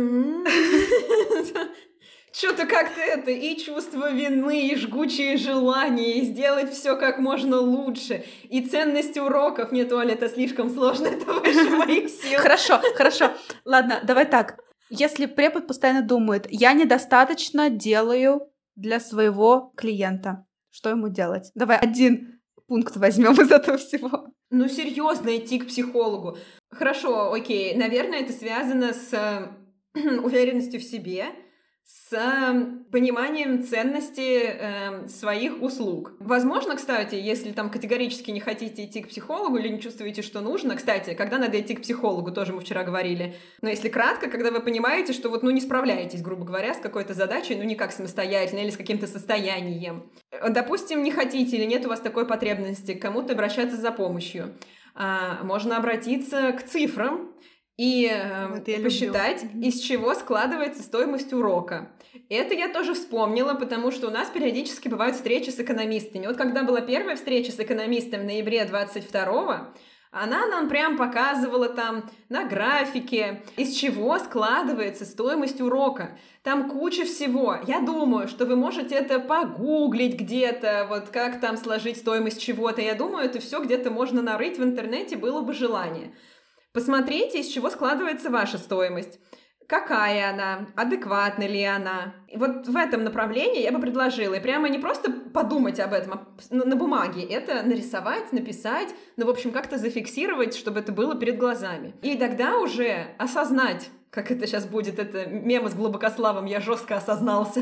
Что-то как-то это, и чувство вины, и жгучее желание, и сделать все как можно лучше, и ценность уроков. Нет, Оля, это слишком сложно, это выше моих сил. Хорошо. Ладно, давай так. Если препод постоянно думает, я недостаточно делаю для своего клиента, что ему делать? Давай один пункт возьмем из этого всего. Ну, серьезно, идти к психологу. Хорошо, окей, наверное, это связано с уверенностью в себе, с пониманием ценности своих услуг. Возможно, кстати, если там категорически не хотите идти к психологу или не чувствуете, что нужно, кстати, когда надо идти к психологу, тоже мы вчера говорили, но если кратко, когда вы понимаете, что вот, ну, не справляетесь, грубо говоря, с какой-то задачей, ну, никак самостоятельно или с каким-то состоянием. Допустим, не хотите или нет у вас такой потребности к кому-то обращаться за помощью. Можно обратиться к цифрам, и посчитать, из чего складывается стоимость урока. Это я тоже вспомнила, потому что у нас периодически бывают встречи с экономистами. Вот когда была первая встреча с экономистом в ноябре 22-го, Она нам прям показывала там на графике, из чего складывается стоимость урока. Там куча всего. Я думаю, что вы можете это погуглить где-то, вот как там сложить стоимость чего-то. Я думаю, это все где-то можно нарыть в интернете, было бы желание. Посмотрите, из чего складывается ваша стоимость. Какая она, адекватна ли она. И вот в этом направлении я бы предложила, и прямо не просто подумать об этом, а на бумаге это нарисовать, написать, в общем, как-то зафиксировать, чтобы это было перед глазами. И тогда уже осознать, как это сейчас будет, это мем с Глубокославом «Я жестко осознался».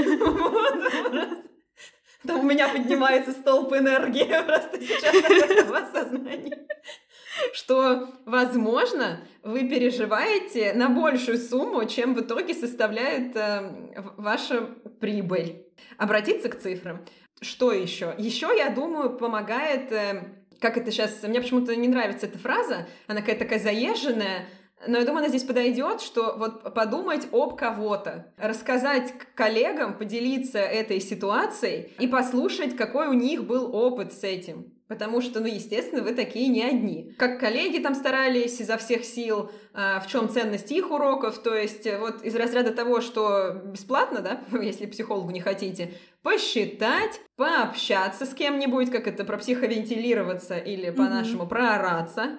Там у меня поднимается столб энергии просто сейчас от этого осознания. Что, возможно, вы переживаете на большую сумму, чем в итоге составляет ваша прибыль. Обратиться к цифрам. Что еще? Еще, я думаю, помогает, как это сейчас... Мне почему-то не нравится эта фраза, она какая-то такая заезженная, но я думаю, она здесь подойдет, что вот подумать об кого-то, рассказать коллегам, поделиться этой ситуацией и послушать, какой у них был опыт с этим. Потому что, естественно, вы такие не одни. Как коллеги там старались изо всех сил, в чем ценность их уроков, то есть вот из разряда того, что бесплатно, да, если психологу не хотите, посчитать, пообщаться с кем-нибудь, как это, пропсиховентилироваться или по-нашему проораться.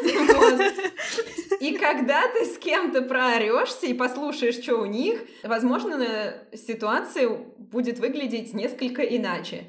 И когда ты с кем-то проорёшься и послушаешь, что у них, возможно, ситуация будет выглядеть несколько иначе.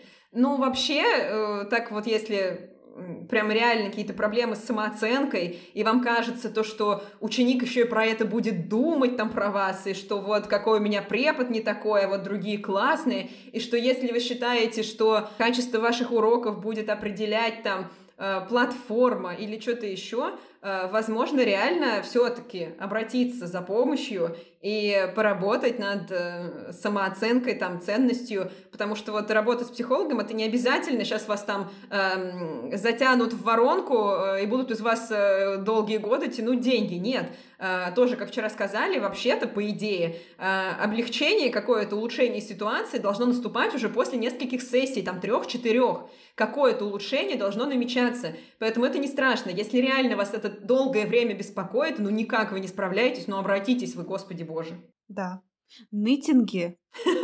Вообще, так вот, если прям реально какие-то проблемы с самооценкой, и вам кажется то, что ученик еще и про это будет думать там про вас, и что вот какой у меня препод не такой, а вот другие классные, и что если вы считаете, что качество ваших уроков будет определять там платформа или что-то еще, возможно, реально все-таки обратиться за помощью и поработать над самооценкой, там, ценностью, потому что вот работа с психологом — это не обязательно сейчас вас там затянут в воронку и будут из вас долгие годы тянуть деньги. Нет. Тоже, как вчера сказали, вообще-то, по идее, облегчение, какое-то улучшение ситуации должно наступать уже после нескольких сессий, там, 3-4. Какое-то улучшение должно намечаться. Поэтому это не страшно. Если реально вас это долгое время беспокоит, никак вы не справляетесь, обратитесь вы, Господи Боже. Да. Нытинги.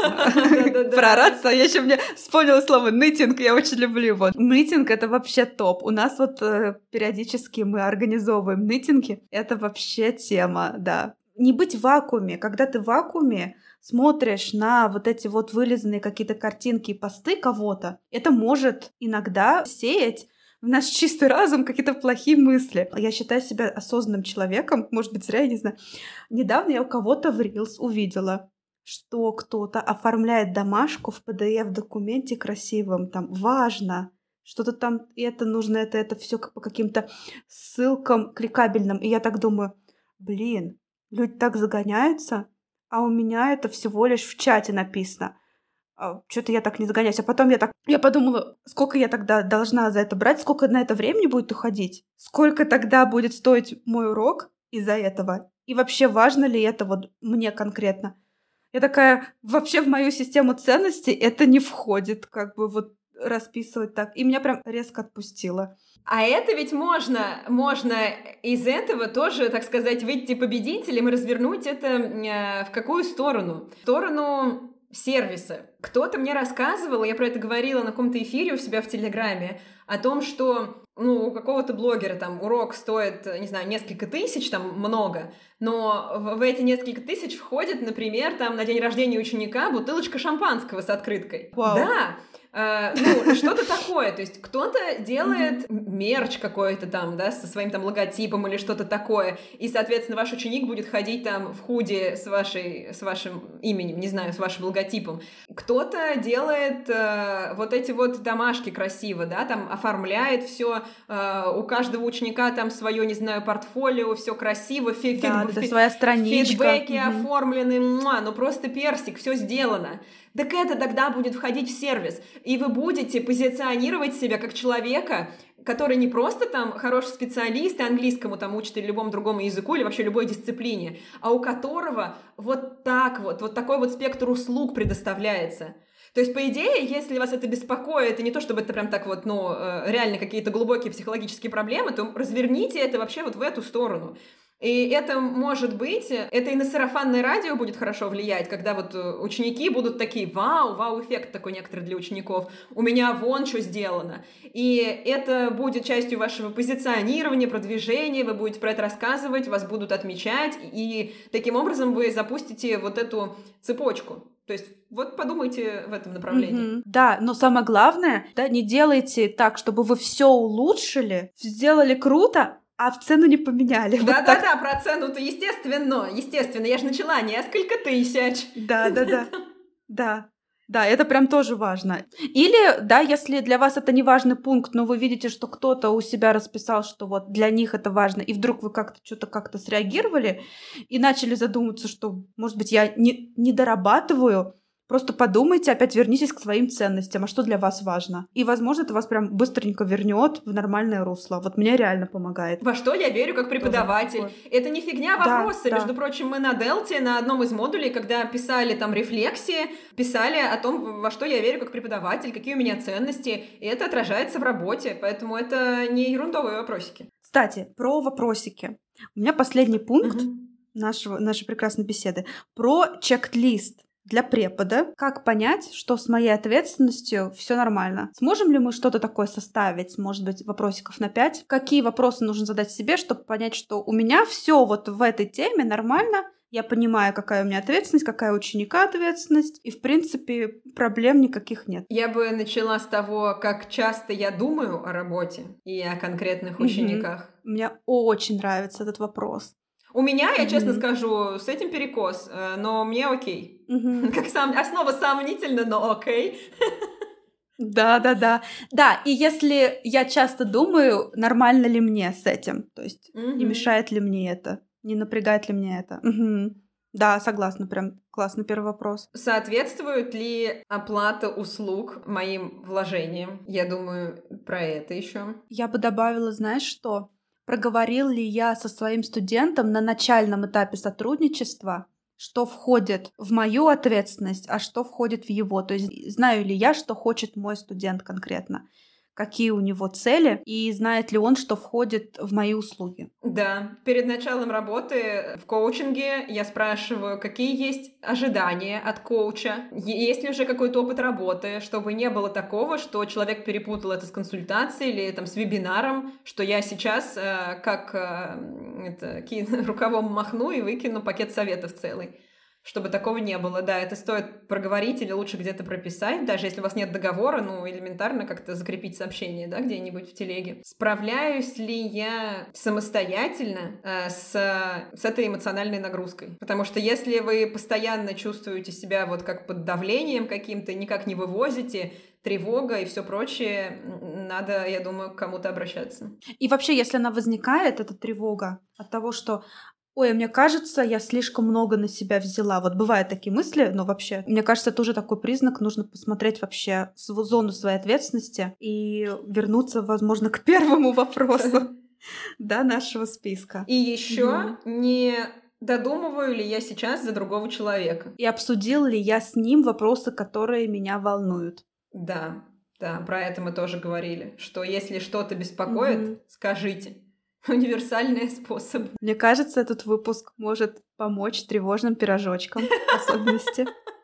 Проораться, я еще мне вспомнила слово нытинг, я очень люблю его. Нытинг — это вообще топ. У нас вот периодически мы организовываем нытинги. Это вообще тема, да. Не быть в вакууме. Когда ты в вакууме, смотришь на вот эти вот вылизанные какие-то картинки и посты кого-то, это может иногда сеять в наш чистый разум какие-то плохие мысли. Я считаю себя осознанным человеком, может быть, зря, я не знаю. Недавно я у кого-то в Reels увидела, что кто-то оформляет домашку в PDF-документе красивом, там, важно, что-то там, это нужно, это все по каким-то ссылкам кликабельным. И я так думаю, люди так загоняются, а у меня это всего лишь в чате написано. Что-то я так не загоняюсь. А потом я подумала, сколько я тогда должна за это брать, сколько на это времени будет уходить, сколько тогда будет стоить мой урок из-за этого. И вообще, важно ли это вот мне конкретно. Я такая, вообще в мою систему ценностей это не входит, как бы вот расписывать так. И меня прям резко отпустило. А это ведь можно из этого тоже, так сказать, выйти победителем и развернуть это в какую сторону? В сторону сервиса. Кто-то мне рассказывал, я про это говорила на каком-то эфире у себя в Телеграме, о том, что у какого-то блогера там урок стоит, не знаю, несколько тысяч, там много, но в эти несколько тысяч входит, например, там на день рождения ученика бутылочка шампанского с открыткой. Вау. Да, что-то такое, то есть кто-то делает мерч какой-то там, да, со своим там логотипом или что-то такое, и, соответственно, ваш ученик будет ходить там в худи с вашим именем, не знаю, с вашим логотипом. Кто-то делает вот эти вот домашки красиво, да, там оформляет все, у каждого ученика там свое, не знаю, портфолио, все красиво, своя страничка. Фидбэки оформлены, просто персик, все сделано. Так это тогда будет входить в сервис, и вы будете позиционировать себя как человека, который не просто там хороший специалист и английскому там учит или любому другому языку, или вообще любой дисциплине, а у которого вот такой вот спектр услуг предоставляется. То есть, по идее, если вас это беспокоит, и не то, чтобы это прям так вот, реально какие-то глубокие психологические проблемы, то разверните это вообще вот в эту сторону. И это может быть, это и на сарафанное радио будет хорошо влиять, когда вот ученики будут такие: вау-эффект такой некоторый для учеников, у меня вон что сделано. И это будет частью вашего позиционирования, продвижения, вы будете про это рассказывать, вас будут отмечать, и таким образом вы запустите вот эту цепочку. То есть вот подумайте в этом направлении. Да, но самое главное, да, не делайте так, чтобы вы все улучшили, сделали круто, а в цену не поменяли. Да-да-да, про цену-то естественно, я же начала несколько тысяч. Да, это прям тоже важно. Или, да, если для вас это не важный пункт, но вы видите, что кто-то у себя расписал, что вот для них это важно, и вдруг вы как-то среагировали и начали задумываться, что, может быть, я не дорабатываю. Просто подумайте, опять вернитесь к своим ценностям, а что для вас важно. И, возможно, это вас прям быстренько вернет в нормальное русло. Вот мне реально помогает. Во что я верю как преподаватель. Это не фигня вопросы. Между прочим, мы на Делте, на одном из модулей, когда писали там рефлексии, писали о том, во что я верю как преподаватель, какие у меня ценности. И это отражается в работе. Поэтому это не ерундовые вопросики. Кстати, про вопросики. У меня последний пункт нашей прекрасной беседы про чек-лист для препода. Как понять, что с моей ответственностью все нормально? Сможем ли мы что-то такое составить? Может быть, вопросиков на 5? Какие вопросы нужно задать себе, чтобы понять, что у меня все вот в этой теме нормально, я понимаю, какая у меня ответственность, какая у ученика ответственность, и, в принципе, проблем никаких нет. Я бы начала с того, как часто я думаю о работе и о конкретных учениках. Мне очень нравится этот вопрос. У меня, я честно скажу, с этим перекос, но мне окей. Как основа сомнительно, но окей. Да. Да, и если я часто думаю, нормально ли мне с этим, то есть не мешает ли мне это, не напрягает ли мне это. Да, согласна, прям классный первый вопрос. Соответствует ли оплата услуг моим вложениям? Я думаю, про это еще. Я бы добавила, знаешь что? Проговорил ли я со своим студентом на начальном этапе сотрудничества, что входит в мою ответственность, а что входит в его? То есть знаю ли я, что хочет мой студент конкретно? Какие у него цели, и знает ли он, что входит в мои услуги. Да, перед началом работы в коучинге я спрашиваю, какие есть ожидания от коуча, есть ли уже какой-то опыт работы, чтобы не было такого, что человек перепутал это с консультацией или там с вебинаром, что я сейчас рукавом махну и выкину пакет советов целый. Чтобы такого не было. Да, это стоит проговорить или лучше где-то прописать, даже если у вас нет договора, элементарно как-то закрепить сообщение, да, где-нибудь в телеге. Справляюсь ли я самостоятельно с этой эмоциональной нагрузкой? Потому что если вы постоянно чувствуете себя вот как под давлением каким-то, никак не вывозите, тревога и все прочее, надо, я думаю, к кому-то обращаться. И вообще, если она возникает, эта тревога от того, что ой, мне кажется, я слишком много на себя взяла. Вот бывают такие мысли, но вообще, мне кажется, это уже такой признак, нужно посмотреть вообще зону своей ответственности и вернуться, возможно, к первому вопросу нашего списка. И еще не додумываю ли я сейчас за другого человека. И обсудил ли я с ним вопросы, которые меня волнуют. Да, про это мы тоже говорили, что если что-то беспокоит, скажите. Универсальный способ. Мне кажется, этот выпуск может помочь тревожным пирожочкам в особенности.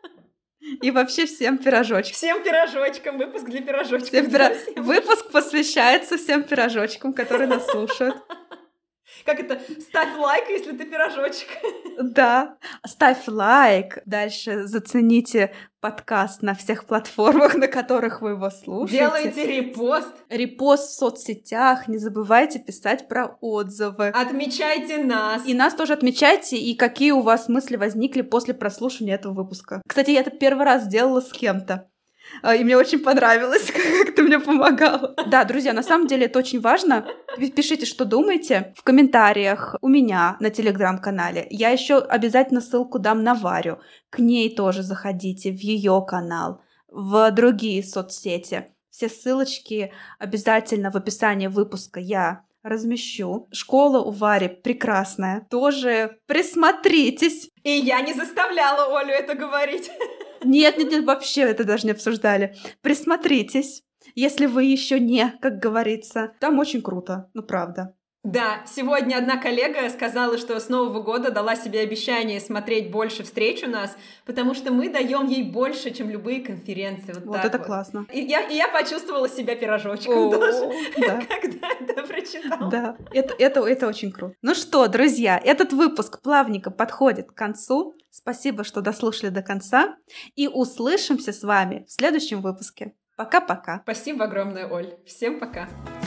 И вообще всем пирожочкам. Всем пирожочкам. Выпуск для пирожочков. Выпуск посвящается всем пирожочкам, которые нас слушают. Как это? Ставь лайк, если ты пирожочек. Да, ставь лайк. Дальше зацените подкаст на всех платформах, на которых вы его слушаете. Делайте репост. Репост в соцсетях. Не забывайте писать про отзывы. Отмечайте нас. И нас тоже отмечайте, и какие у вас мысли возникли после прослушивания этого выпуска. Кстати, я это первый раз сделала с кем-то. И мне очень понравилось, как ты мне помогала. Да, друзья, на самом деле это очень важно. Пишите, что думаете в комментариях у меня на телеграм-канале. Я еще обязательно ссылку дам на Варю. К ней тоже заходите, в ее канал, в другие соцсети. Все ссылочки обязательно в описании выпуска я размещу. Школа у Вари прекрасная. Тоже присмотритесь. И я не заставляла Олю это говорить. Нет, вообще это даже не обсуждали. Присмотритесь, если вы еще не, как говорится. Там очень круто, ну правда. Да, сегодня одна коллега сказала, что с Нового года дала себе обещание смотреть больше встреч у нас, потому что мы даем ей больше, чем любые конференции. Вот это классно. И я почувствовала себя пирожочком тоже, когда это прочитала. Да, это очень круто. Ну что, друзья, этот выпуск плавненько подходит к концу. Спасибо, что дослушали до конца. И услышимся с вами в следующем выпуске. Пока-пока. Спасибо огромное, Оль. Всем пока.